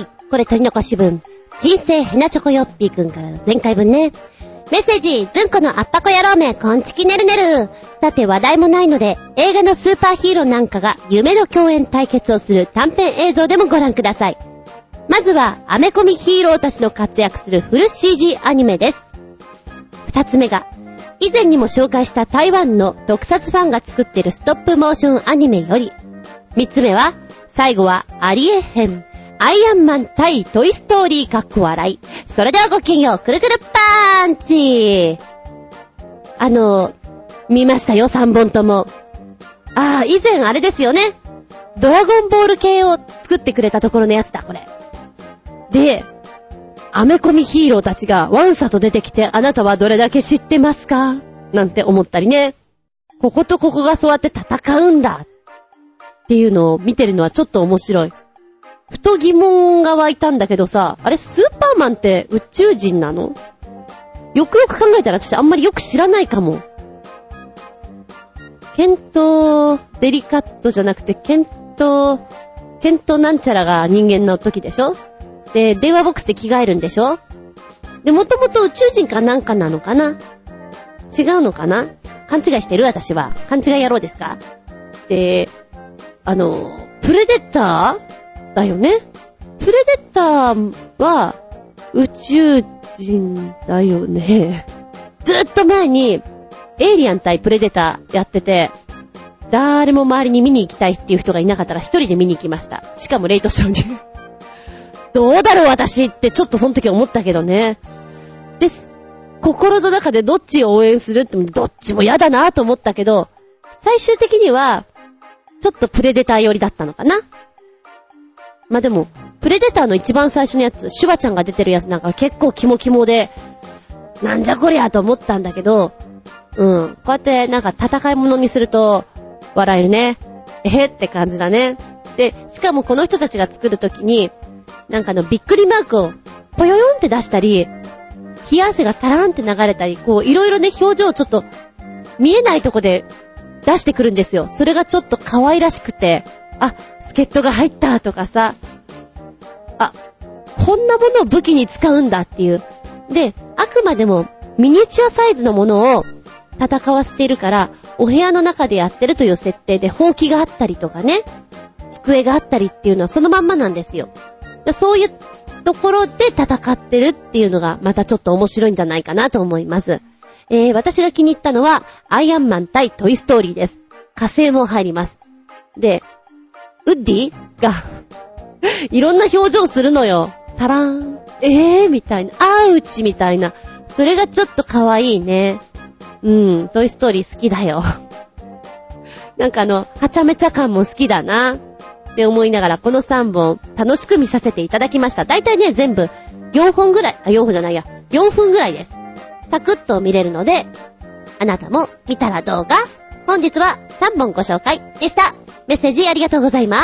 これ取り残し分。人生ヘナチョコヨッピーくんからの前回分ね。メッセージ、ずんこのあっぱこ野郎め、こんちきねるねる。さて話題もないので、映画のスーパーヒーローなんかが夢の共演対決をする短編映像でもご覧ください。まずは、アメコミヒーローたちの活躍するフル CG アニメです。二つ目が、以前にも紹介した台湾の特撮ファンが作っているストップモーションアニメより。三つ目は、最後はありえへん。アイアンマン対トイストーリーかっこ笑い。それではごきげんよう、くるくるパンチ。見ましたよ、3本とも。以前あれですよね。ドラゴンボール系を作ってくれたところのやつだ、これ。で、アメコミヒーローたちがワンサと出てきて、あなたはどれだけ知ってますか？なんて思ったりね。こことここがそうやって戦うんだっていうのを見てるのはちょっと面白い。ふと疑問が湧いたんだけどさ、あれスーパーマンって宇宙人なの？よくよく考えたら私あんまりよく知らないかも。ケントデリカットじゃなくてケントなんちゃらが人間の時でしょ？で、電話ボックスで着替えるんでしょ？で、もともと宇宙人かなんかなのかな？違うのかな？勘違いしてる？私は。勘違い野郎ですか？で、プレデターだよね。プレデターは宇宙人だよね。ずっと前にエイリアン対プレデターやってて、誰も周りに見に行きたいっていう人がいなかったら一人で見に行きました。しかもレイトショーに。どうだろう私ってちょっとその時思ったけどね。で、心の中でどっちを応援するってどっちも嫌だなと思ったけど、最終的にはちょっとプレデター寄りだったのかな。まあ、でもプレデターの一番最初のやつ、シュワちゃんが出てるやつなんか結構キモキモで、なんじゃこりゃと思ったんだけど、こうやってなんか戦い物にすると笑えるね。って感じだね。で、しかもこの人たちが作るときになんかびっくりマークをぽよよんって出したり、冷や汗がタラーンって流れたり、こういろいろね表情をちょっと見えないとこで出してくるんですよ。それがちょっと可愛らしくて助っ人が入ったとかさ、こんなものを武器に使うんだっていう。で、あくまでもミニチュアサイズのものを戦わせているから、お部屋の中でやってるという設定で、ほうきがあったりとかね、机があったりっていうのはそのまんまなんですよ。そういうところで戦ってるっていうのがまたちょっと面白いんじゃないかなと思います。私が気に入ったのはアイアンマン対トイストーリーです。火星も入ります。で、ウッディがいろんな表情するのよ。タラーン、みたいな、アウチみたいな。それがちょっと可愛いね。トイストーリー好きだよ。なんかはちゃめちゃ感も好きだなって思いながら、この3本楽しく見させていただきました。だいたいね、全部4分ぐらいです。サクッと見れるので、あなたも見たらどうか。本日は3本ご紹介でした。メッセージありがとうございます。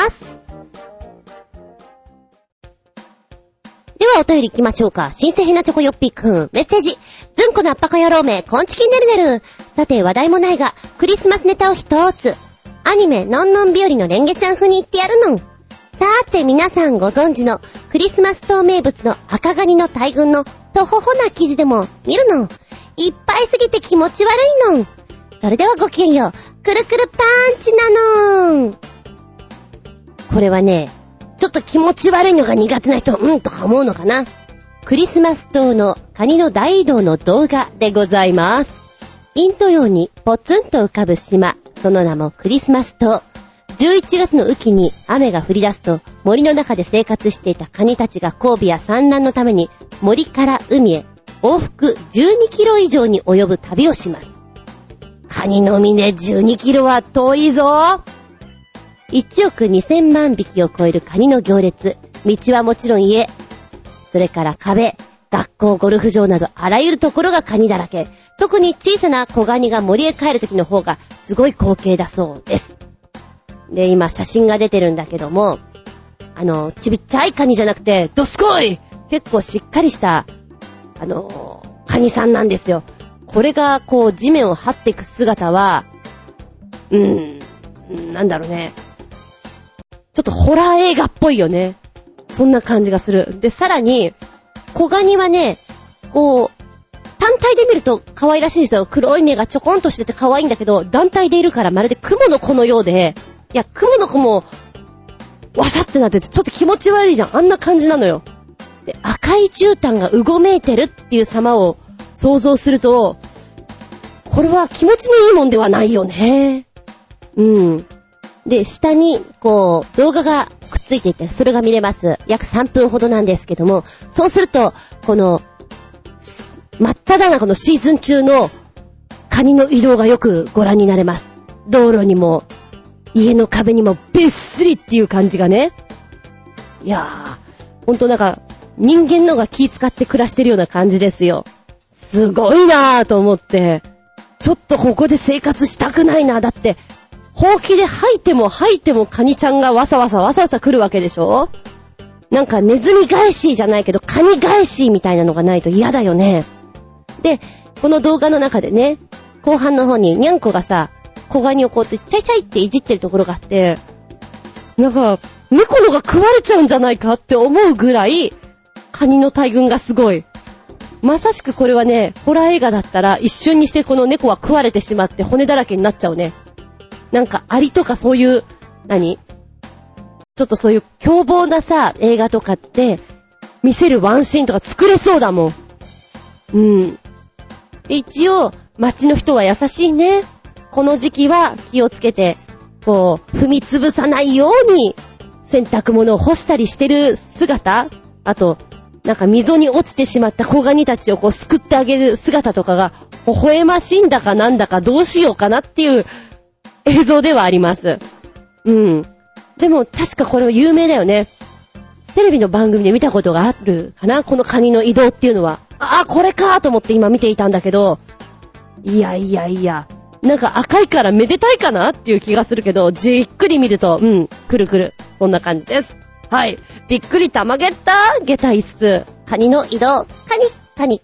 ではお便り行きましょうか。新鮮ヘナチョコヨッピーくん。メッセージ。ずんこのあっぱか野郎め、こんちきんねるねる。さて話題もないが、クリスマスネタを一つ。アニメ、のんのん日和のレンゲちゃん風に言ってやるのん。さーて皆さんご存知の、クリスマス島名物の赤ガニの大群の、とほほな記事でも見るのん。いっぱいすぎて気持ち悪いのん。それではごきげんよう。くるくるパンチなのん。これはね、ちょっと気持ち悪いのが苦手な人、とか思うのかな。クリスマス島のカニの大移動の動画でございます。インド洋にポツンと浮かぶ島、その名もクリスマス島。11月の雨季に雨が降り出すと、森の中で生活していたカニたちが交尾や産卵のために森から海へ往復12キロ以上に及ぶ旅をします。カニのみで12キロは遠いぞ。1億2000万匹を超えるカニの行列。道はもちろん家、それから壁、学校、ゴルフ場などあらゆるところがカニだらけ。特に小さな小ガニが森へ帰る時の方がすごい光景だそうです。で、今写真が出てるんだけども、ちびっちゃいカニじゃなくて、どすこい！結構しっかりした、カニさんなんですよ。これがこう地面を張っていく姿は、なんだろうね。ちょっとホラー映画っぽいよね。そんな感じがする。で、さらに、小ガニはね、こう、単体で見ると可愛らしいんですよ。黒い目がちょこんとしてて可愛いんだけど、団体でいるからまるで雲の子のようで、いや、雲の子も、わさってなってて、ちょっと気持ち悪いじゃん。あんな感じなのよ。で、赤い絨毯がうごめいてるっていう様を想像すると、これは気持ちのいいもんではないよね。で、下に、こう、動画がくっついていて、それが見れます。約3分ほどなんですけども、そうすると、この、真っ只中のシーズン中のカニの移動がよくご覧になれます。道路にも、家の壁にもべっすりっていう感じがね。いやー、ほんとなんか、人間のが気使って暮らしてるような感じですよ。すごいなーと思って、ちょっとここで生活したくないな。だって、ほうきで吐いてもカニちゃんがわさわさ来るわけでしょ。なんかネズミ返しじゃないけどカニ返しみたいなのがないと嫌だよね。で、この動画の中でね、後半の方にニャンコがさ、小ガニをこうやってチャイチャイっていじってるところがあって、なんか猫のが食われちゃうんじゃないかって思うぐらいカニの大群がすごい。まさしくこれはね、ホラー映画だったら一瞬にしてこの猫は食われてしまって骨だらけになっちゃうね。なんかアリとかそういう、ちょっとそういう凶暴なさ、映画とかって見せるワンシーンとか作れそうだもん。で、一応街の人は優しいね。この時期は気をつけて、こう踏みつぶさないように洗濯物を干したりしてる姿、あとなんか溝に落ちてしまった小ガニたちをこう救ってあげる姿とかが微笑ましいんだかなんだかどうしようかなっていう映像ではあります。でも確かこれは有名だよね。テレビの番組で見たことがあるかな、このカニの移動っていうのは。これかと思って今見ていたんだけど、いや、なんか赤いからめでたいかなっていう気がするけど、じっくり見ると、くるくる。そんな感じです。はい。びっくりたまげった下駄5つ。カニの移動。カニ。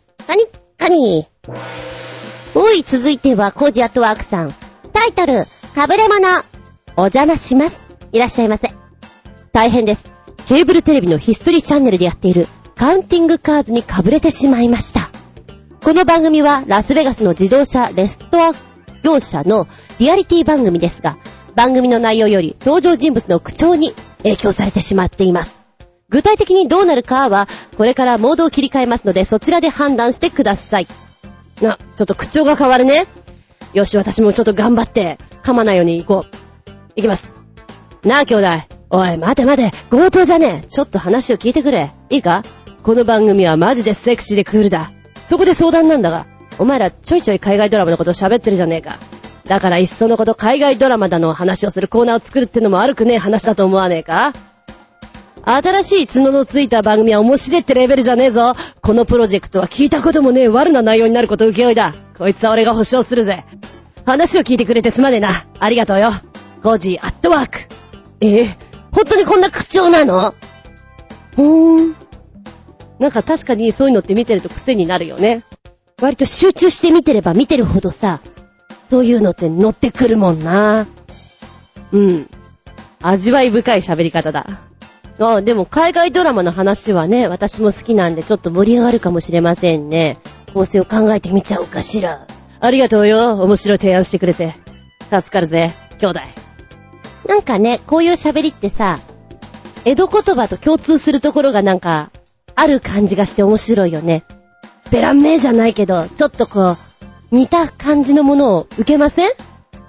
おい、続いてはコージアットワークさん。タイトル、かぶれ者。お邪魔します。 いらっしゃいませ。大変です。ケーブルテレビのヒストリーチャンネルでやっているカウンティングカーズにかぶれてしまいました。この番組はラスベガスの自動車レストア業者のリアリティ番組ですが、番組の内容より登場人物の口調に影響されてしまっています。具体的にどうなるかはこれからモードを切り替えますので、そちらで判断してください。ちょっと口調が変わるね。よし、私もちょっと頑張って噛まないように行こう。行きます。なあ兄弟、おい待て、強盗じゃねえ。ちょっと話を聞いてくれ。いいか？この番組はマジでセクシーでクールだ。そこで相談なんだが、お前らちょいちょい海外ドラマのこと喋ってるじゃねえか。だからいっそのこと海外ドラマだの話をするコーナーを作るってのも悪くねえ話だと思わねえか？新しい角のついた番組は面白いってレベルじゃねえぞ。このプロジェクトは聞いたこともねえ悪な内容になること請負いだ。こいつは俺が保証するぜ。話を聞いてくれてすまねえな。ありがとうよ。コージーアットワーク。本当にこんな口調なの？なんか確かにそういうのって見てると癖になるよね。割と集中して見てれば見てるほどさ、そういうのって乗ってくるもんな。味わい深い喋り方だ。でも海外ドラマの話はね、私も好きなんでちょっと盛り上がるかもしれませんね。構成を考えてみちゃおうかしら。ありがとうよ。面白い提案してくれて。助かるぜ、兄弟。なんかね、こういう喋りってさ、江戸言葉と共通するところがなんか、ある感じがして面白いよね。ベランメーじゃないけど、ちょっとこう、似た感じのものを受けません？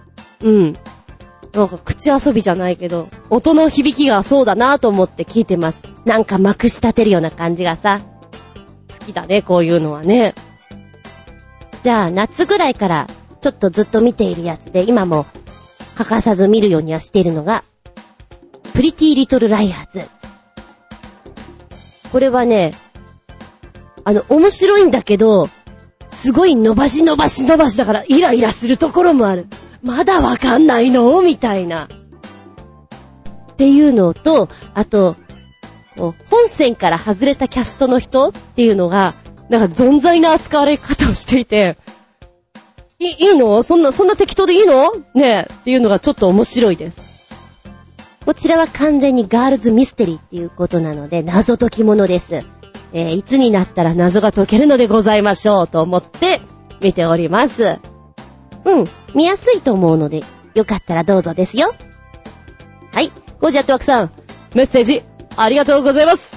なんか口遊びじゃないけど、音の響きがそうだなと思って聞いてます。なんかまくし立てるような感じがさ、好きだね、こういうのはね。じゃあ、夏ぐらいからちょっとずっと見ているやつで、今も欠かさず見るようにはしているのが、プリティリトルライアーズ。これはね、面白いんだけど、すごい伸ばしだからイライラするところもある。まだわかんないの？みたいな。っていうのと、あと、こう本線から外れたキャストの人っていうのが、なんか存在な扱われ方をしていて、いいの？そんな適当でいいの？ねえ、っていうのがちょっと面白いです。こちらは完全にガールズミステリーっていうことなので、謎解き物です。いつになったら謎が解けるのでございましょうと思って見ております。見やすいと思うので、よかったらどうぞですよ。はい、ゴジアットワークさん、メッセージありがとうございます。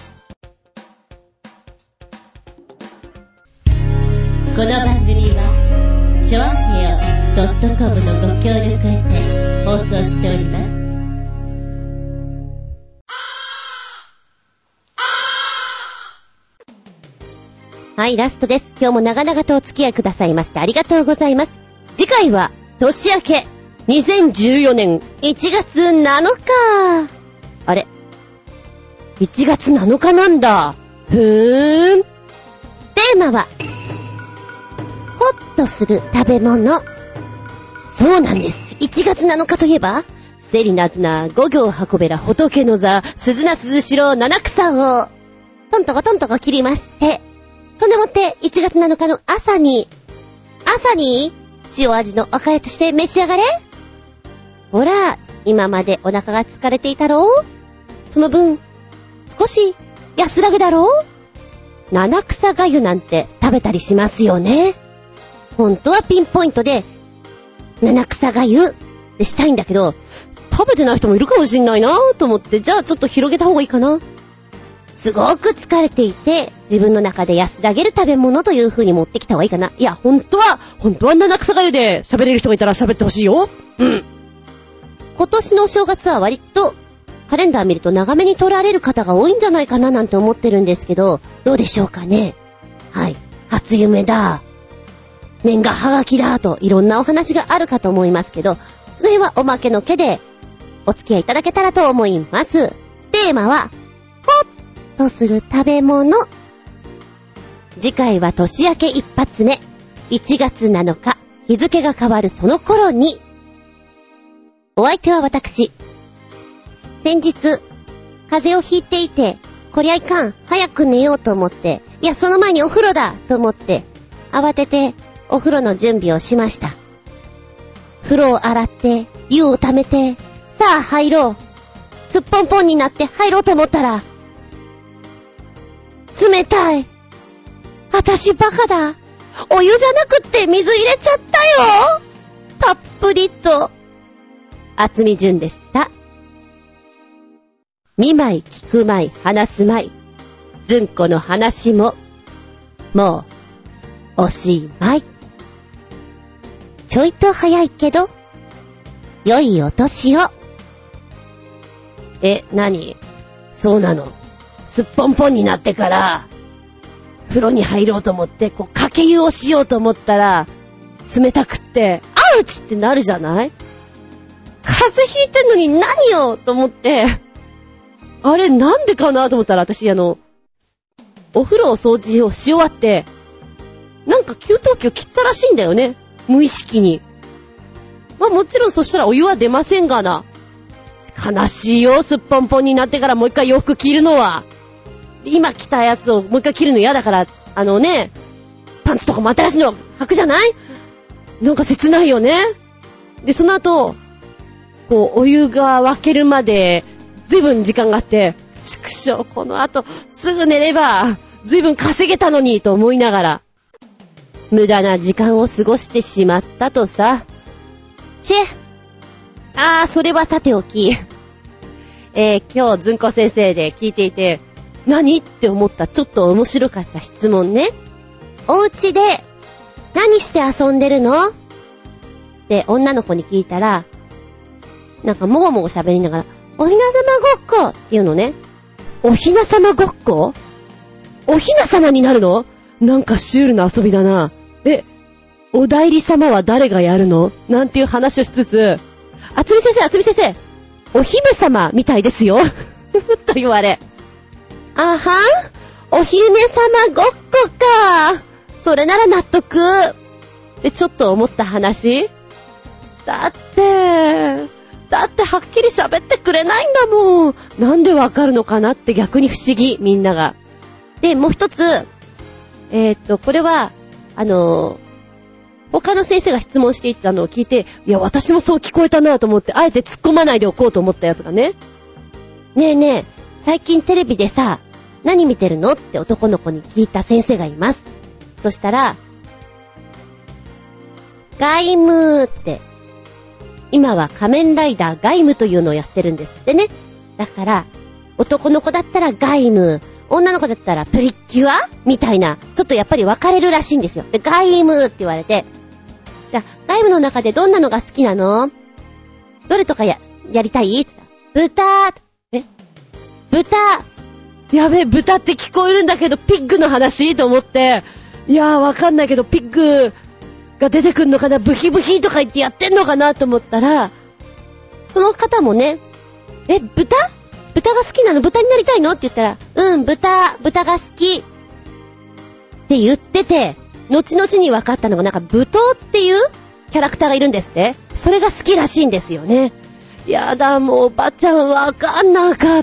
この番組はチョアヘオ .com のご協力を得て放送しております。はい、ラストです。今日も長々とお付き合いくださいましてありがとうございます。次回は年明け2014年1月7日。あれ ?1 月7日なんだ。テーマはホッとする食べ物。そうなんです。1月7日といえばセリナズナ五行運べら仏の座鈴名鈴代七草をトントコ切りまして、そんでもって1月7日の朝に塩味のおかゆとして召し上がれ。ほら、今までお腹が疲れていたろう。その分少し安らぐだろう。七草がゆなんて食べたりしますよね。本当はピンポイントで七草がゆでしたいんだけど、食べてない人もいるかもしんないなと思って、じゃあちょっと広げた方がいいかな。すごく疲れていて自分の中で安らげる食べ物という風に持ってきた方がいいかな。いや、本当は七草がゆで喋れる人がいたら喋ってほしいよ。今年のお正月は割とカレンダー見ると長めに取られる方が多いんじゃないかななんて思ってるんですけど、どうでしょうかね。はい、初夢だ、年賀はがきだといろんなお話があるかと思いますけど、その辺はおまけの毛でお付き合いいただけたらと思います。テーマはホッとする食べ物。次回は年明け一発目1月7日、日付が変わるその頃に。お相手は私。先日風邪をひいていて、こりゃいかん、早く寝ようと思って、いやその前にお風呂だと思って慌ててお風呂の準備をしました。風呂を洗って湯を溜めて、さあ入ろうすっぽんぽんになって入ろうと思ったら、冷たい。私バカだ。お湯じゃなくって水入れちゃったよ。たっぷりと。厚み純でした。見舞い聞く舞い話す舞い。ずんこの話も、もう、おしまい。ちょいと早いけど、良いお年を。何？そうなの。すっぽんぽんになってから、風呂に入ろうと思って、かけ湯をしようと思ったら、冷たくって、アウチってなるじゃない？風邪ひいてんのに何よと思って、あれなんでかなと思ったら、私お風呂を掃除をし終わって、なんか給湯器を切ったらしいんだよね。無意識に。まあもちろんそしたらお湯は出ませんがな。悲しいよ、すっぽんぽんになってからもう一回洋服着るのは。今着たやつをもう一回着るの嫌だから、パンツとかも新しいの履くじゃない？なんか切ないよね。で、その後、お湯が沸けるまで、ずいぶん時間があって、畜生、この後、すぐ寝れば、ずいぶん稼げたのに、と思いながら、無駄な時間を過ごしてしまったとさ。それはさておき。今日、ずんこ先生で聞いていて、何って思ったちょっと面白かった質問ね。お家で何して遊んでるの？って女の子に聞いたら、なんかもごもご喋りながら、おひなさまごっこって言うのね。おひなさまごっこ？おひなさまになるの？なんかシュールな遊びだな。お代理様は誰がやるの？なんていう話をしつつ、あつみ先生、お姫様みたいですよ。と言われ。あはん、お姫様ごっこか。それなら納得。で、ちょっと思った話。だってはっきり喋ってくれないんだもん。なんでわかるのかなって逆に不思議、みんなが。で、もう一つ、これは、他の先生が質問していったのを聞いて、いや、私もそう聞こえたなと思って、あえて突っ込まないでおこうと思ったやつがね。ねえねえ、最近テレビでさ、何見てるのって男の子に聞いた先生がいます。そしたら、ガイムって、今は仮面ライダーガイムというのをやってるんですってね。だから、男の子だったらガイム、女の子だったらプリキュアみたいな、ちょっとやっぱり分かれるらしいんですよ。で、ガイムって言われて、じゃあ、ガイムの中でどんなのが好きなの？どれとかやりたい？って言ったら、豚やべえ、豚って聞こえるんだけど、ピッグの話と思って、いやーわかんないけど、ピッグが出てくんのかな、ブヒブヒとか言ってやってんのかなと思ったら、その方もね、豚が好きなの？豚になりたいの？って言ったら、豚が好きって言ってて、後々に分かったのがなんかブトっていうキャラクターがいるんですって。それが好きらしいんですよね。やだ、もうおばちゃん分かんなかった。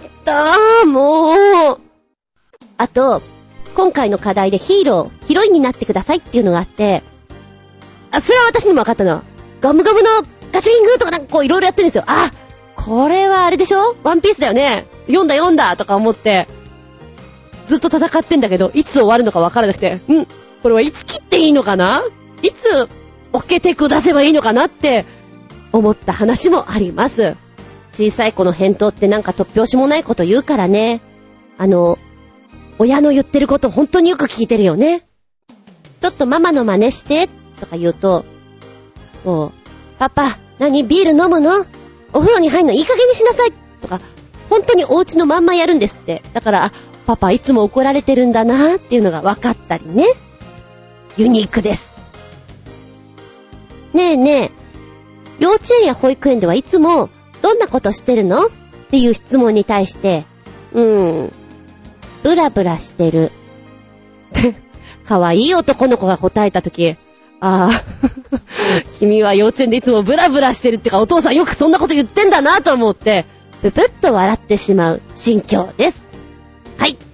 もう。あと、今回の課題でヒロインになってくださいっていうのがあって、それは私にも分かったの。ガムガムのガチリングとかなんかいろいろやってるんですよ。これはあれでしょ？ワンピースだよね。読んだとか思って、ずっと戦ってんだけど、いつ終わるのか分からなくて、これはいつ切っていいのかな？いつオッケーテイクを出せばいいのかなって思った話もあります。小さい子の返答ってなんか突拍子もないこと言うからね。親の言ってること本当によく聞いてるよね。ちょっとママの真似してとか言うと、パパ、何ビール飲むの？お風呂に入るのいい加減にしなさいとか、本当にお家のまんまやるんですって。だから、パパいつも怒られてるんだなっていうのが分かったりね。ユニークです。ねえねえ、幼稚園や保育園ではいつもどんなことしてるの？っていう質問に対して、ブラブラしてる。かわいい男の子が答えたとき、君は幼稚園でいつもブラブラしてるってか、お父さんよくそんなこと言ってんだなと思って、ぷぷっと笑ってしまう心境です。はい。